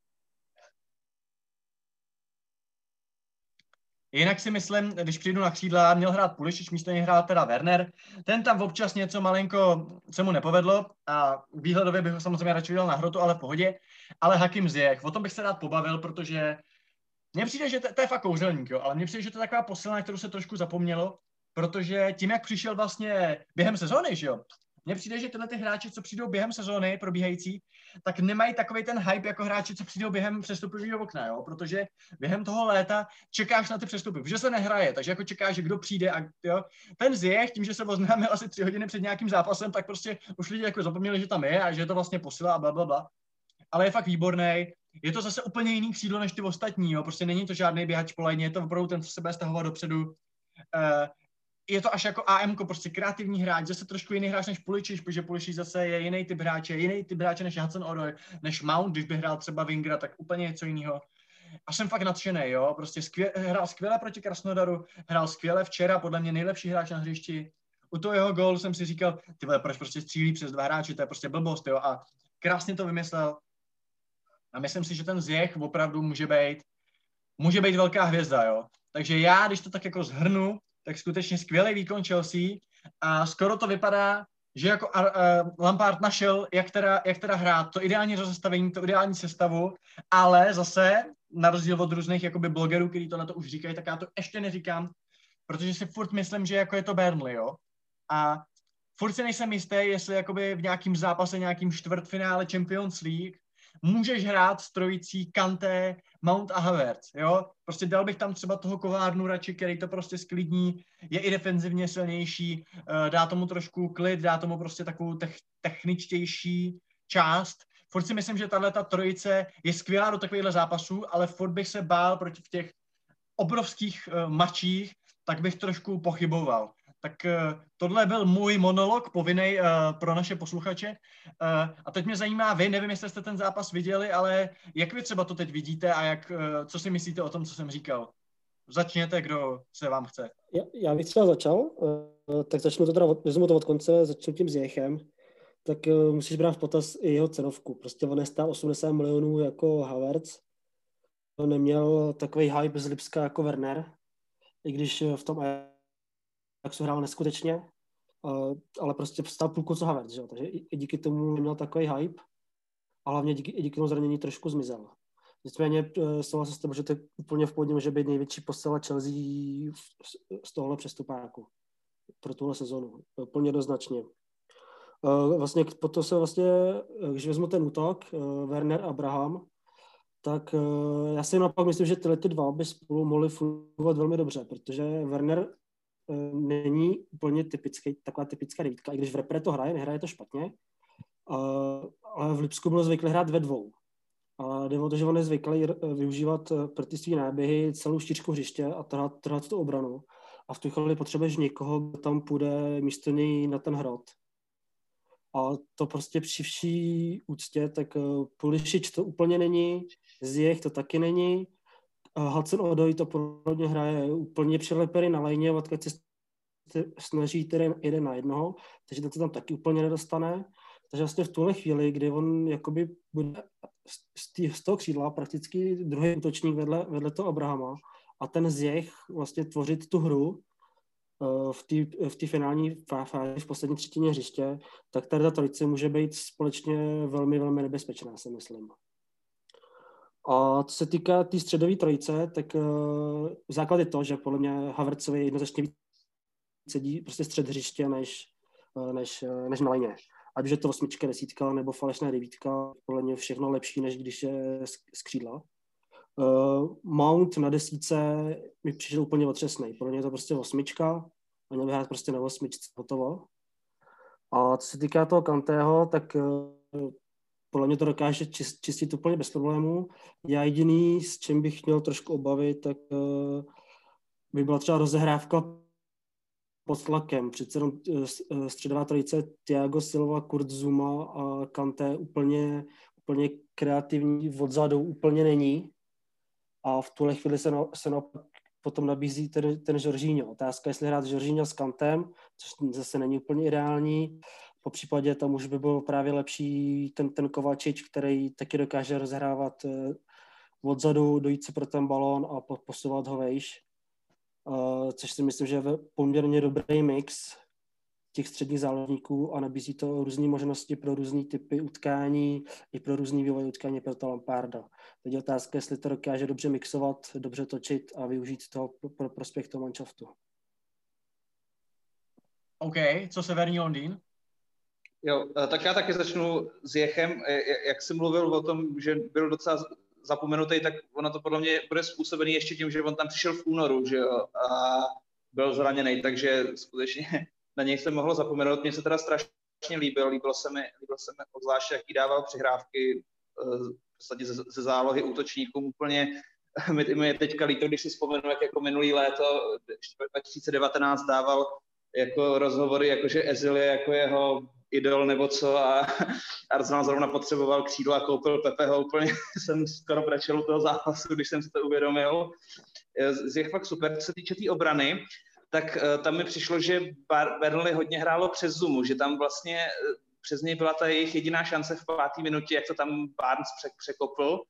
Jinak si myslím, když přijdu na křídla, měl hrát Pulisic, místo něj hrál teda Werner. Ten tam občas něco malinko se mu nepovedlo a výhledově bych ho samozřejmě radši viděl na hrotu, ale v pohodě. Ale Hakim Ziyech, o tom bych se rád pobavil, protože mně přijde, že to, to je fakt kouzelník, jo, ale mně přijde, že to je taková posila, na kterou se trošku zapomnělo, protože tím, jak přišel vlastně během sezóny, že jo, mně přijde, že tyhle ty hráči, co přijdou během sezóny probíhající, tak nemají takovej ten hype jako hráči, co přijdou během přestupového okna, jo, protože během toho léta čekáš na ty přestupy, protože se nehraje, takže jako čekáš, že kdo přijde a jo, ten Ziyech, tím, že se oznámil asi tři hodiny před nějakým zápasem, tak prostě už lidi jako zapomněli, že tam je a že je to vlastně posila a bla, bla, bla. Ale je fakt výborný. Je to zase úplně jiný křídlo než ty ostatní, jo. Prostě není to žádný běhač po lajně, je to opravdu ten, co se bude stahovat dopředu. Uh, je to až jako á emko, prostě kreativní hráč, zase trošku jiný hráč než Pulisic, protože Pulisic zase je jiný typ hráče, jiný typ hráče než Hudson-Odoi, než Mount, když by hrál třeba Wingra, tak úplně něco jiného. A jsem fakt nadšenej, jo, prostě skvěle, hrál skvěle proti Krasnodaru, hrál skvěle včera, podle mě nejlepší hráč na hřišti. U toho jeho gólu jsem si říkal, ty vole, proč prostě střílí přes dva hráče, to je prostě blbost, jo, a krásně to vymyslel. A myslím si, že ten Ziyech opravdu může být, může být velká hvězda, jo. Takže já, když to tak jako zhrnu, tak skutečně skvělý výkon Chelsea a skoro to vypadá, že jako uh, Lampard našel, jak teda, jak teda hrát, to ideální rozestavení, to ideální sestavu, ale zase, na rozdíl od různých jakoby blogerů, kteří to na to už říkají, tak já to ještě neříkám, protože si furt myslím, že jako je to Burnley, jo. A furt si nejsem jistý, jestli jakoby v nějakým zápase, nějakým čtvrtfinále Champions League můžeš hrát s trojicí Kanté, Mount a Havertz, jo? Prostě dal bych tam třeba toho kovárnu radši, který to prostě sklidní, je i defenzivně silnější, dá tomu trošku klid, dá tomu prostě takovou techničtější část. Furt si myslím, že tahleta trojice je skvělá do takovýchhle zápasů, ale furt bych se bál proti v těch obrovských uh, mačích, tak bych trošku pochyboval. Tak uh, tohle byl můj monolog povinnej uh, pro naše posluchače. Uh, a teď mě zajímá vy, nevím, jestli jste ten zápas viděli, ale jak vy třeba to teď vidíte a jak, uh, co si myslíte o tom, co jsem říkal? Začněte, kdo se vám chce. Já, já bych třeba začal, uh, tak začnu to teda, od, vezmu to od konce, začnu tím Ziyechem. Tak uh, musíš brát v potaz i jeho cenovku. Prostě on stál osmdesát milionů jako Havertz. On neměl takový hype z Lipska jako Werner, i když v tom Ajaxu hrál neskutečně, uh, ale prostě stál půlku co Havertz, že? Takže i, i díky tomu neměl takový hype a hlavně díky, i díky tomu zranění trošku zmizel. Nicméně uh, souhlasím s tím, že to úplně v pohodě může být největší postava Chelsea z tohohle přestupáku pro tuhle sezonu. Úplně jednoznačně. Uh, vlastně potom se vlastně, když vezmu ten útok, uh, Werner a Abraham, tak uh, já si naopak myslím, že tyhle ty dva by spolu mohli fungovat velmi dobře, protože Werner uh, není úplně typický, taková typická devítka, i když v repre to hraje, nehraje to špatně, uh, ale v Lipsku byl zvyklý hrát ve dvou. A jde o to, že on je zvyklý využívat pro ty svý náběhy celou štířku hřiště a trhat, trhat tu obranu. A v tu chvíli potřebuješ někoho, kdo tam půjde místo něj na ten hrot. A to prostě při vší úctě, tak uh, Pulisic to úplně není, Ziyech to taky není, uh, Hudson-Odoi to podobně hraje úplně přilepený na lajně, odkud se snaží tedy jeden na jednoho, takže ten to tam taky úplně nedostane. Takže vlastně v tuhle chvíli, kdy on jakoby bude z, tý, z toho křídla prakticky druhý útočník vedle, vedle toho Abrahama a ten Ziyech vlastně tvořit tu hru, v té v té finální fázi v poslední třetině hřiště, tak tady ta trojice může být společně velmi, velmi nebezpečná, si myslím. A co se týká té tý středové trojice, tak uh, základ je to, že podle mě Havertzovi jednoznačně víc sedí prostě střed hřiště než, uh, než, uh, než na lajně. Ať už je to osmička, desítka nebo falešná devítka, podle mě všechno lepší, než když je z, z křídla. Uh, Mount na desíce mi přišel úplně otřesnej. Pro mě je to prostě osmička a měl by hrát prostě na osmičce hotovo. A co se týká toho Kantého, tak uh, podle mě to dokáže čist, čistit úplně bez problémů. Já jediný, s čím bych měl trošku obavy, tak uh, by byla třeba rozehrávka pod tlakem. Přece jenom uh, středová trojice Thiago Silva, Kurt Zouma a Kanté úplně, úplně kreativní odzadu úplně není. A v tuhle chvíli se, na, se naopak potom nabízí ten, ten Jorginho. Otázka, jestli hrát Jorginho s Kantem, což zase není úplně ideální. Po případě tam už by byl právě lepší ten, ten Kovačič, který taky dokáže rozhrávat uh, odzadu, dojít si pro ten balón a posouvat ho vejš. Uh, což si myslím, že je poměrně dobrý mix těch středních záložníků a nabízí to různé možnosti pro různé typy utkání i pro různý vývoj utkání pro toho Lamparda. Teď je otázka, jestli to dokáže dobře mixovat, dobře točit a využít toho pro prospěch toho manšaftu. OK, co severní Londýn? Jo, tak já taky začnu s Ziyechem. Jak jsem mluvil o tom, že byl docela zapomenutý, tak ono to podle mě bude způsobený ještě tím, že on tam přišel v únoru, že jo, a byl zraněný, takže skutečně na něj se mohlo zapomenout. Mně se teda strašně líbil, líbilo se mi, líbilo se mi obzvláště, jaký dával přihrávky v podstatě ze, ze zálohy útočníkům, úplně mi, mi je teďka líto, když si vzpomenu, jak jako minulý léto dva tisíce devatenáct dával jako rozhovory, jakože Özil je jako jeho idol nebo co a Arsenal zrovna potřeboval křídlo a koupil Pepeho. Úplně jsem skoro brečel u toho zápasu, když jsem si to uvědomil. Je fakt super. Co se týče té tý obrany, tak uh, tam mi přišlo, že Burnley hodně hrálo přes Zumu, že tam vlastně uh, přes něj byla ta jejich jediná šance v páté minutě, jak to tam Barnes překopl.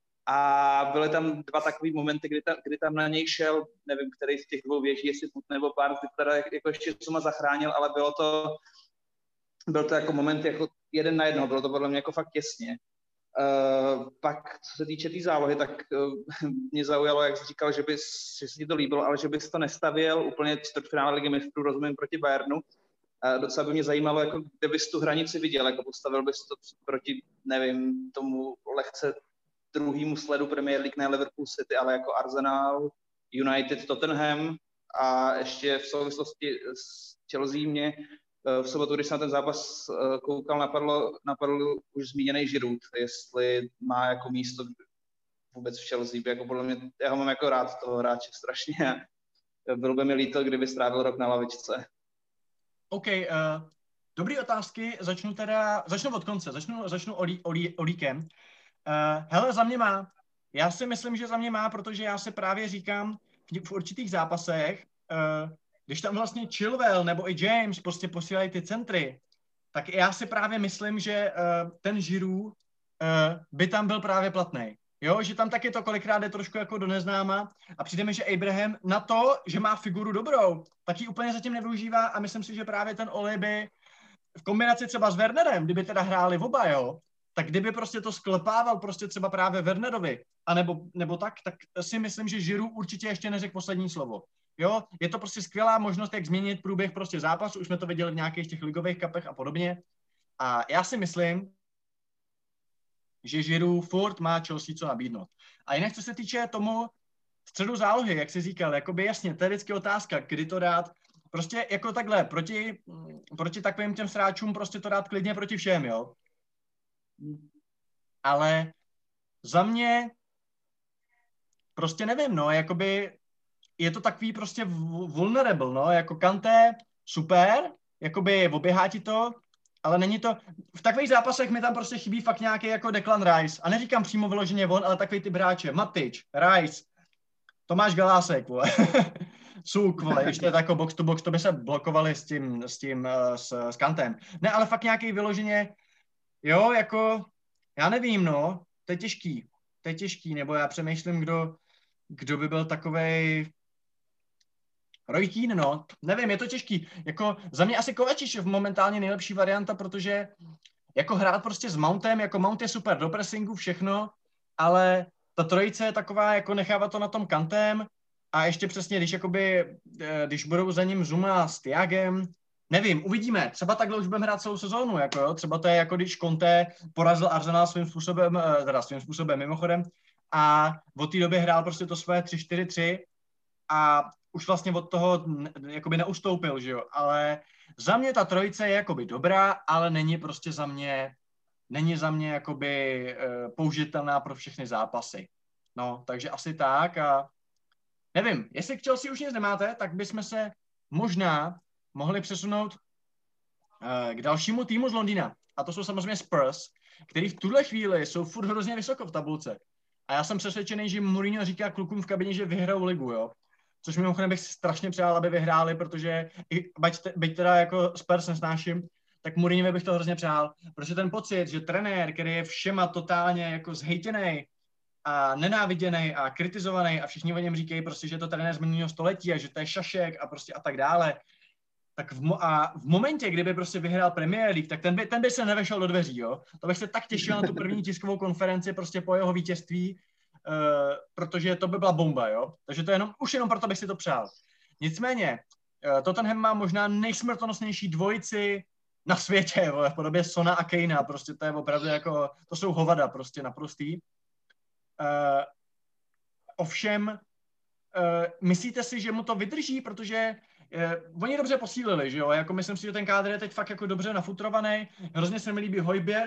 A byly tam dva takové momenty, kdy, ta, kdy tam na něj šel, nevím, který z těch dvou věží, jestli Foot nebo Barnes, kdy teda jako ještě Zuma zachránil, ale bylo to, byl to jako moment jako jeden na jednoho, bylo to podle mě jako fakt těsně. Uh, pak, co se týče té tý zálohy, tak uh, mě zaujalo, jak jsi říkal, že, bys, že se ti to líbilo, ale že bys to nestavěl úplně čtvrtfinále ligy mistrů, rozumím, proti Bayernu. Uh, docela by mě zajímalo, jako, kde bys tu hranici viděl, jako postavil bys to proti, nevím, tomu lehce druhýmu sledu Premier League, ne Liverpool City, ale jako Arsenal, United, Tottenham a ještě v souvislosti s Chelsea mě v sobotu, když jsem na ten zápas koukal, napadlo, napadl už zmíněný Giroud, jestli má jako místo vůbec v Chelsea, jako podle mě, já ho mám jako rád toho hráče strašně a bylo by mi líto, kdyby strávil rok na lavičce. OK, uh, dobrý otázky, začnu teda, začnu od konce, začnu, začnu Olí, Olí, Olíkem. Uh, hele, za mě má. Já si myslím, že za mě má, protože já si právě říkám v, v určitých zápasech, uh, když tam vlastně Chilwell nebo i James prostě posílají ty centry, tak já si právě myslím, že uh, ten Giroud uh, by tam byl právě platnej. Jo, že tam taky to kolikrát jde trošku jako do neznáma a přijde mi, že Abraham na to, že má figuru dobrou, tak ji úplně zatím nevyužívá a myslím si, že právě ten Oli by v kombinaci třeba s Wernerem, kdyby teda hráli oba, jo, tak kdyby prostě to sklepával prostě třeba právě Wernerovi, anebo, nebo tak, tak si myslím, že Giroud určitě ještě neřekl poslední slovo. Jo, je to prostě skvělá možnost, jak změnit průběh prostě zápasu, už jsme to viděli v nějakých těch ligových kapech a podobně. A já si myslím, že Giroud furt má Chelsea co nabídnout. A jinak, co se týče tomu středu zálohy, jak jsi říkal, jakoby jasně, to je vždycky otázka, kdy to dát. Prostě jako takhle, proti, proti takovým těm sráčům prostě to dát klidně proti všem, jo. Ale za mě prostě nevím, no, jakoby je to takový prostě vulnerable, no, jako Kanté, super, jakoby oběhá ti to, ale není to, v takových zápasech mi tam prostě chybí fakt nějaký jako Declan Rice, a neříkám přímo vyloženě on, ale takový ty hráče, Matič, Rice, Tomáš Galásek, vole, Suk, vole, ještě jako box to box, to by se blokovali s tím, s tím, s, s Kantem. Ne, ale fakt nějaký vyloženě, jo, jako, já nevím, no, to je těžký, to je těžký, nebo já přemýšlím, kdo, kdo by byl takovej, Roy Keane, no, nevím, je to těžký, jako za mě asi Kovačič je momentálně nejlepší varianta, protože jako hrát prostě s Mountem, jako Mount je super do pressingu, všechno, ale ta trojice je taková, jako nechává to na tom Kantem a ještě přesně, když jakoby, když budou za ním Zuma s Thiagem, nevím, uvidíme, třeba takhle už budeme hrát celou sezónu, jako jo, třeba to je jako když Conte porazil Arsenal svým způsobem, teda svým způsobem mimochodem a od té doby hrál prostě to své tři čtyři tři a už vlastně od toho jakoby neustoupil, že jo, ale za mě ta trojice je jakoby dobrá, ale není prostě za mě, není za mě jakoby uh, použitelná pro všechny zápasy. No, takže asi tak a nevím, jestli k Chelsea už nic nemáte, tak bychom se možná mohli přesunout uh, k dalšímu týmu z Londýna. A to jsou samozřejmě Spurs, který v tuhle chvíli jsou furt hrozně vysoko v tabulce. A já jsem přesvědčený, že Mourinho říká klukům v kabině, že vyhrajou ligu, jo. Což mimochodem bych strašně přál, aby vyhráli, protože byť, te, byť teda jako Spurs nesnáším, tak Mourinho bych to hrozně přál. Protože ten pocit, že trenér, který je všema totálně jako zhejtěnej a nenáviděnej a kritizovaný a všichni o něm říkají prostě, že je to trenér z minulého století a že to je šašek a prostě a tak dále, tak v, mo- a v momentě, kdyby prostě vyhrál Premier League, tak ten by, ten by se nevešel do dveří, jo. To bych se tak těšil na tu první tiskovou konferenci prostě po jeho vítězství, Uh, protože to by byla bomba, jo. Takže to je jenom, už jenom proto bych si to přál. Nicméně, uh, Tottenham má možná nejsmrtonosnější dvojici na světě, jo, v podobě Sona a Kanea, prostě to je opravdu jako, to jsou hovada prostě naprostý. Uh, ovšem, uh, myslíte si, že mu to vydrží, protože uh, oni dobře posílili, že jo, jako myslím si, že ten kádr je teď fakt jako dobře nafutrovaný, hrozně se mi líbí Hojbjerg,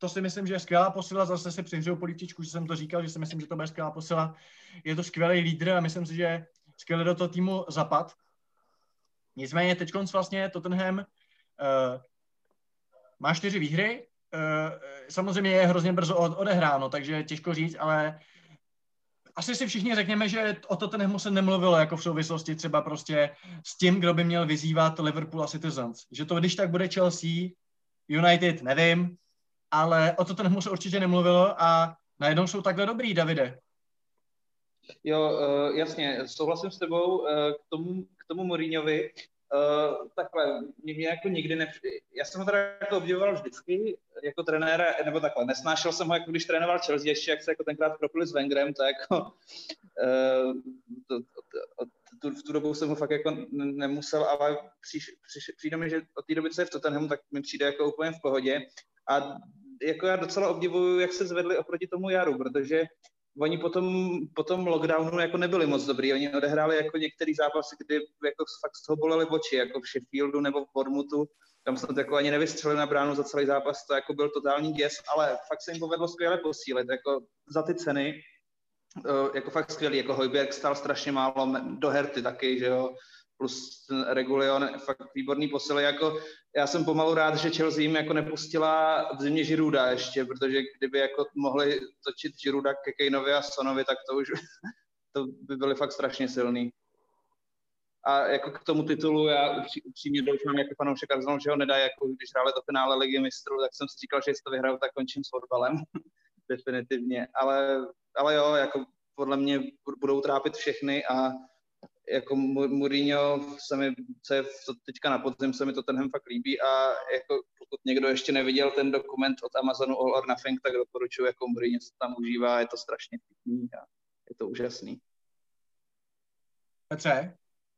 to si myslím, že je skvělá posila, zase si přihřeju polívčičku, že jsem to říkal, že si myslím, že to bude skvělá posila. Je to skvělý lídr a myslím si, že skvěle do toho týmu zapad. Nicméně teď vlastně Tottenham uh, má čtyři výhry, uh, samozřejmě je hrozně brzo odehráno, takže těžko říct, ale asi si všichni řekněme, že o Tottenhamu se nemluvilo jako v souvislosti třeba prostě s tím, kdo by měl vyzývat Liverpool a Citizens. Že to když tak bude Chelsea, United, nevím, ale o Tottenhamu se určitě nemluvilo a najednou jsou takhle dobrý, Davide. Jo, uh, jasně, souhlasím s tebou uh, k tomu, k tomu Mourinhovi. Uh, takhle, mě, mě jako nikdy ne... Já jsem ho teda jako obdivoval vždycky jako trenéra, nebo takhle, nesnášel jsem ho, jako když trénoval Chelsea, ještě jak se jako tenkrát propili s Wengerem, to jako... Uh, to, to, to, v tu dobu jsem ho fakt jako nemusel, ale příš, příš, přijde mi, že od té doby, co je v Tottenhamu, tak mi přijde jako úplně v pohodě. A jako já docela obdivuju, jak se zvedli oproti tomu jaru, protože oni potom, potom lockdownu jako nebyli moc dobrý. Oni odehráli jako některý zápasy, kdy jako fakt z toho bolely oči, jako v Sheffieldu nebo v Bournemouthu. Tam snad jako ani nevystřelili na bránu za celý zápas, to jako byl totální děs, ale fakt se jim povedlo skvěle posílit. Jako za ty ceny, jako fakt skvělý, jako Højbjerg stál strašně málo, do Herty taky, že jo, plus Reguilon, fakt výborný posily, jako já jsem pomalu rád, že Chelsea jim jako nepustila v zimě Girouda ještě, protože kdyby jako mohli točit Girouda ke Kaneovi a Sonovi, tak to už to by byly fakt strašně silný. A jako k tomu titulu já upřímně doufám jako fanoušek Arsenalu, že ho nedají, jako když hráli do finále Ligy mistrů, tak jsem si říkal, že jestli to vyhraju, tak končím s fotbalem, definitivně, ale, ale jo, jako podle mě budou trápit všechny a jako Mourinho se mi, co je to teďka na podzim, se mi to tenhle fakt líbí a jako pokud někdo ještě neviděl ten dokument od Amazonu All or Nothing, tak doporučuji, jako Mourinho se tam užívá, je to strašně vtipný a je to úžasný. Petře?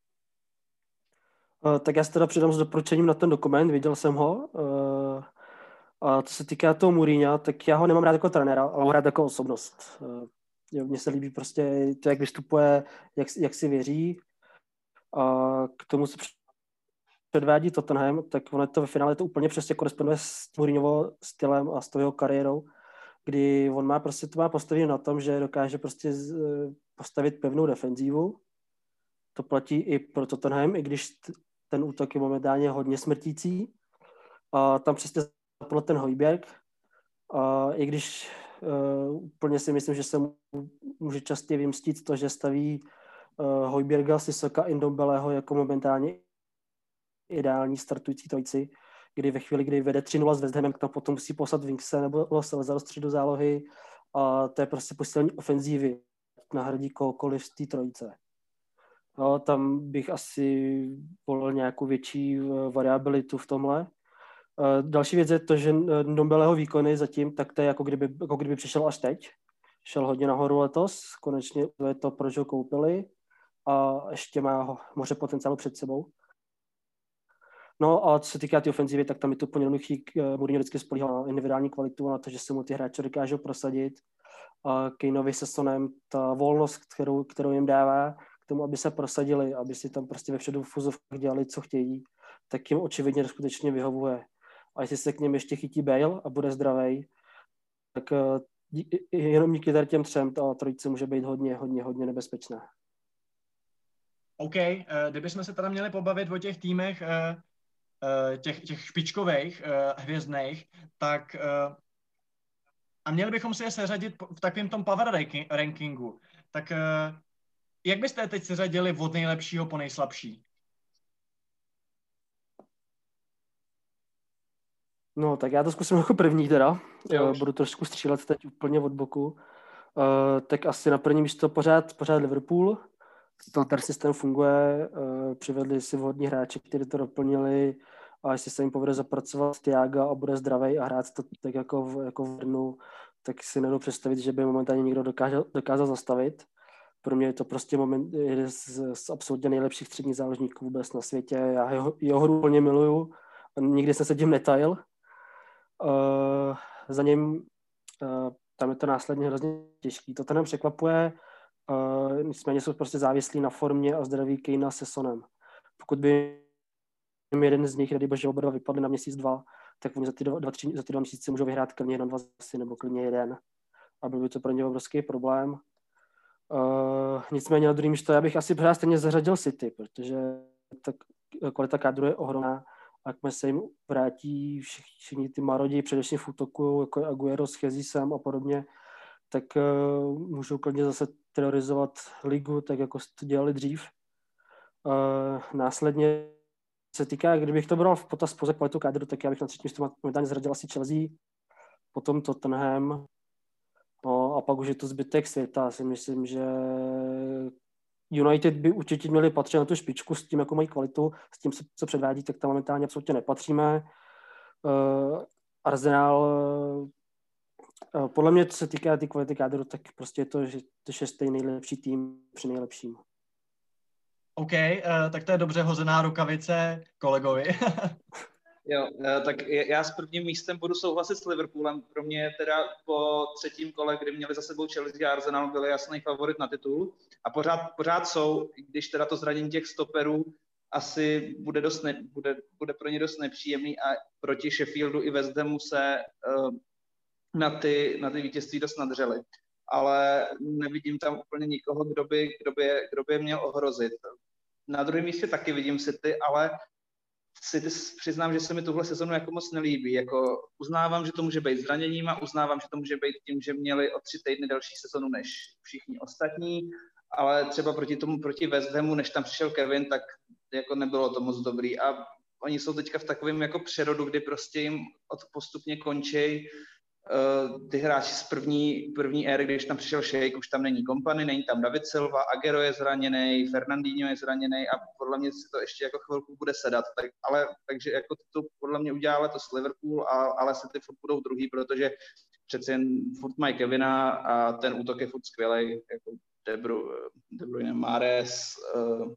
Uh, tak já se teda přidám s doporučením na ten dokument, viděl jsem ho. Uh, a co se týká toho Mourinha, tak já ho nemám rád jako trenéra, ale ho rád jako osobnost. Uh, Mně se líbí prostě to, jak vystupuje, jak, jak si věří. A k tomu se předvádí Tottenham, tak ono to ve finále to úplně přesně koresponduje s Mourinhovo stylem a s tou jeho kariérou, kdy on má prostě to má postavit na tom, že dokáže prostě postavit pevnou defenzívu. To platí i pro Tottenham, i když ten útok je momentálně hodně smrtící. A tam přesně zapadl ten Højbjerg. A i když uh, úplně si myslím, že se mu může častěji vymstít to, že staví uh, Højbjerga, Sissoka, Ndombeleho jako momentálně ideální startující trojici, kdy ve chvíli, kdy vede tři nula s West Hamem, tam potom musí poslat Winkse nebo Lo středu do zálohy a to je prostě posílení ofenzívy, nahradí kohokoliv z té trojice. No, tam bych asi volil nějakou větší variabilitu v tomhle. Další věc je to, že Ndombeleho výkony zatím, tak to je jako kdyby, jako kdyby přišel až teď. Šel hodně nahoru letos, konečně to je to, proč ho koupili a ještě má moře potenciálu před sebou. No a co se týká té ofenzivy, tak tam je to úplně jednoduchý. Mourinho vždycky spolíhal na individuální kvalitu a na to, že se mu ty hráči dokážou prosadit. A Kaneovi se Sonem ta volnost, kterou, kterou jim dává k tomu, aby se prosadili, aby si tam prostě ve všedu v fuzovkách dělali, co chtějí, tak jim očividně skutečně vyhovuje. A jestli se k něm ještě chytí Bale a bude zdravej, tak jenom díky tady těm třem ta trojice může být hodně, hodně, hodně nebezpečná. OK, kdybychom se teda měli pobavit o těch týmech, těch, těch špičkových, hvězdných, tak a měli bychom si je seřadit v takovém tom power rankingu, tak jak byste je teď seřadili od nejlepšího po nejslabší? No, tak já to zkusím jako první teda. Jo. Budu trošku střílet teď úplně od boku. Uh, tak asi na první místo pořád, pořád Liverpool. To ten systém funguje. Uh, přivedli si vhodní hráči, kteří to doplnili a jestli se jim povede zapracovat Thiaga a bude zdravej a hrát to tak jako v, jako v Brnu, tak si nedovedu představit, že by momentálně někdo dokázal, dokázal zastavit. Pro mě je to prostě moment, jeden z, z absolutně nejlepších středních záložníků vůbec na světě. Já jeho, jeho hru úplně miluju. Nikdy jsem se tím netajil. Uh, za ním uh, tam je to následně hrozně těžký. To nám překvapuje, uh, nicméně jsou prostě závislí na formě a zdraví Kanea se Sonem. Pokud by jeden z nich, nebo že oba dva vypadli na měsíc, dva, tak oni za ty dva, dva, tři, za ty dva měsíce můžou vyhrát klidně jenom dva zasy, nebo klidně jeden. A byl by to pro ně obrovský problém. Uh, nicméně na druhý místo já bych asi pořád stejně zařadil City, protože ta kvalita kádru je ohromná. A jakmile se jim vrátí všichni, všichni ty marodí, především v útoku, jako je Aguero s Chezisem a podobně, tak uh, můžou klidně zase terorizovat ligu, tak jako to dělali dřív. Uh, následně se týká, kdybych to bral v potaz pouze kvalitu kádru, tak já bych na třetí místo momentálně zradil asi Chelsea, potom Tottenham, no a pak už je to zbytek světa. Si myslím, že United by určitě měli patřit na tu špičku s tím, jakou mají kvalitu, s tím, co předvádí, tak tam momentálně absolutně nepatříme. Uh, Arsenal, uh, podle mě, co se týká ty kvality kádru, tak prostě je to, že to je šestý nejlepší tým při nejlepším. OK, uh, tak to je dobře hozená rukavice kolegovi. Jo, tak já s prvním místem budu souhlasit s Liverpoolem. Pro mě teda po třetím kole, kdy měli za sebou Chelsea a Arsenal, byli jasný favorit na titul. A pořád, pořád jsou, když teda to zranění těch stoperů asi bude, dost ne, bude, bude pro ně dost nepříjemný a proti Sheffieldu i West Hamu se uh, na, ty, na ty vítězství dost nadřeli. Ale nevidím tam úplně nikoho, kdo by, kdo by, kdo by je měl ohrozit. Na druhém místě taky vidím City, ale City přiznám, že se mi tuhle sezonu jako moc nelíbí. Jako uznávám, že to může být zraněním a uznávám, že to může být tím, že měli o tři týdny delší sezonu než všichni ostatní, ale třeba proti tomu, proti West Hamu, než tam přišel Kevin, tak jako nebylo to moc dobrý a oni jsou teďka v takovém jako přerodu, kdy prostě jim od postupně končí uh, ty hráči z první, první éry, když tam přišel Sheik, už tam není Kompany, není tam David Silva, Aguero je zraněný, Fernandinho je zraněný a podle mě si to ještě jako chvilku bude sedat. Tak, ale, takže jako to podle mě udělá letos Liverpool, a, ale se ty furt budou druhý, protože přece jen furt mají Kevina a ten útok je furt skvělej, jako De Bruyne, De Bruyne Mahrez, uh,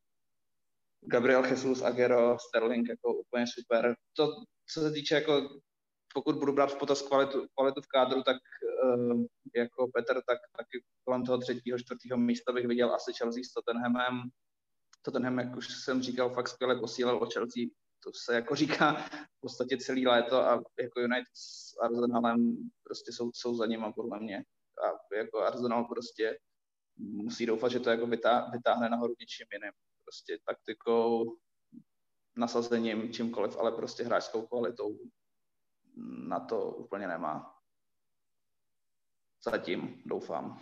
Gabriel Jesus, Aguero, Sterling, jako úplně super. To, co se týče jako pokud budu brát v potaz kvalitu, kvalitu v kádru, tak uh, jako Petr, tak taky kolem toho třetího, čtvrtého místa bych viděl asi Chelsea s Tottenhamem. Tottenham, jak už jsem říkal, fakt skvěle posílil o Chelsea. To se jako říká v podstatě celý léto a jako United s Arsenalem prostě jsou, jsou za nima podle mě. A jako Arsenal prostě musí doufat, že to jako vytá, vytáhne nahoru něčím jiným. Prostě taktikou, nasazením, čímkoliv, ale prostě hráčskou kvalitou na to úplně nemá. Zatím, doufám.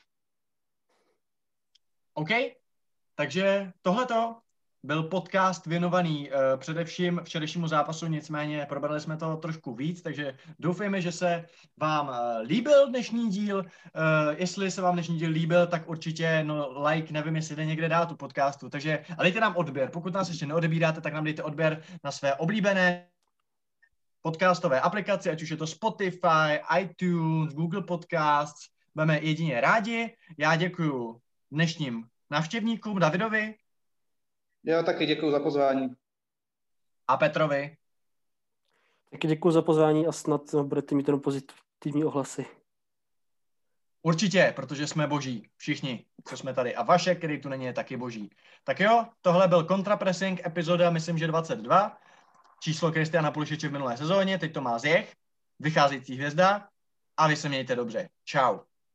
OK, takže tohleto byl podcast věnovaný uh, především včerejšímu zápasu, nicméně probrali jsme to trošku víc, takže doufejme, že se vám uh, líbil dnešní díl. Uh, jestli se vám dnešní díl líbil, tak určitě no, like, nevím, jestli jde někde dát tu podcastu, takže a dejte nám odběr. Pokud nás ještě neodebíráte, tak nám dejte odběr na své oblíbené podcastové aplikaci, ať už je to Spotify, iTunes, Google Podcasts, budeme jedině rádi. Já děkuju dnešním návštěvníkům Davidovi. Já taky děkuju za pozvání. A Petrovi. Taky děkuju za pozvání a snad budete mít jenom pozitivní ohlasy. Určitě, protože jsme boží. Všichni, co jsme tady. A Vašek, který tu není, je taky boží. Tak jo, tohle byl Kontrapressing, epizoda, myslím, že dvacet dva. Číslo Kristiana Pulšiče v minulé sezóně, teď to má Zjech, vycházející hvězda a vy se mějte dobře. Čau.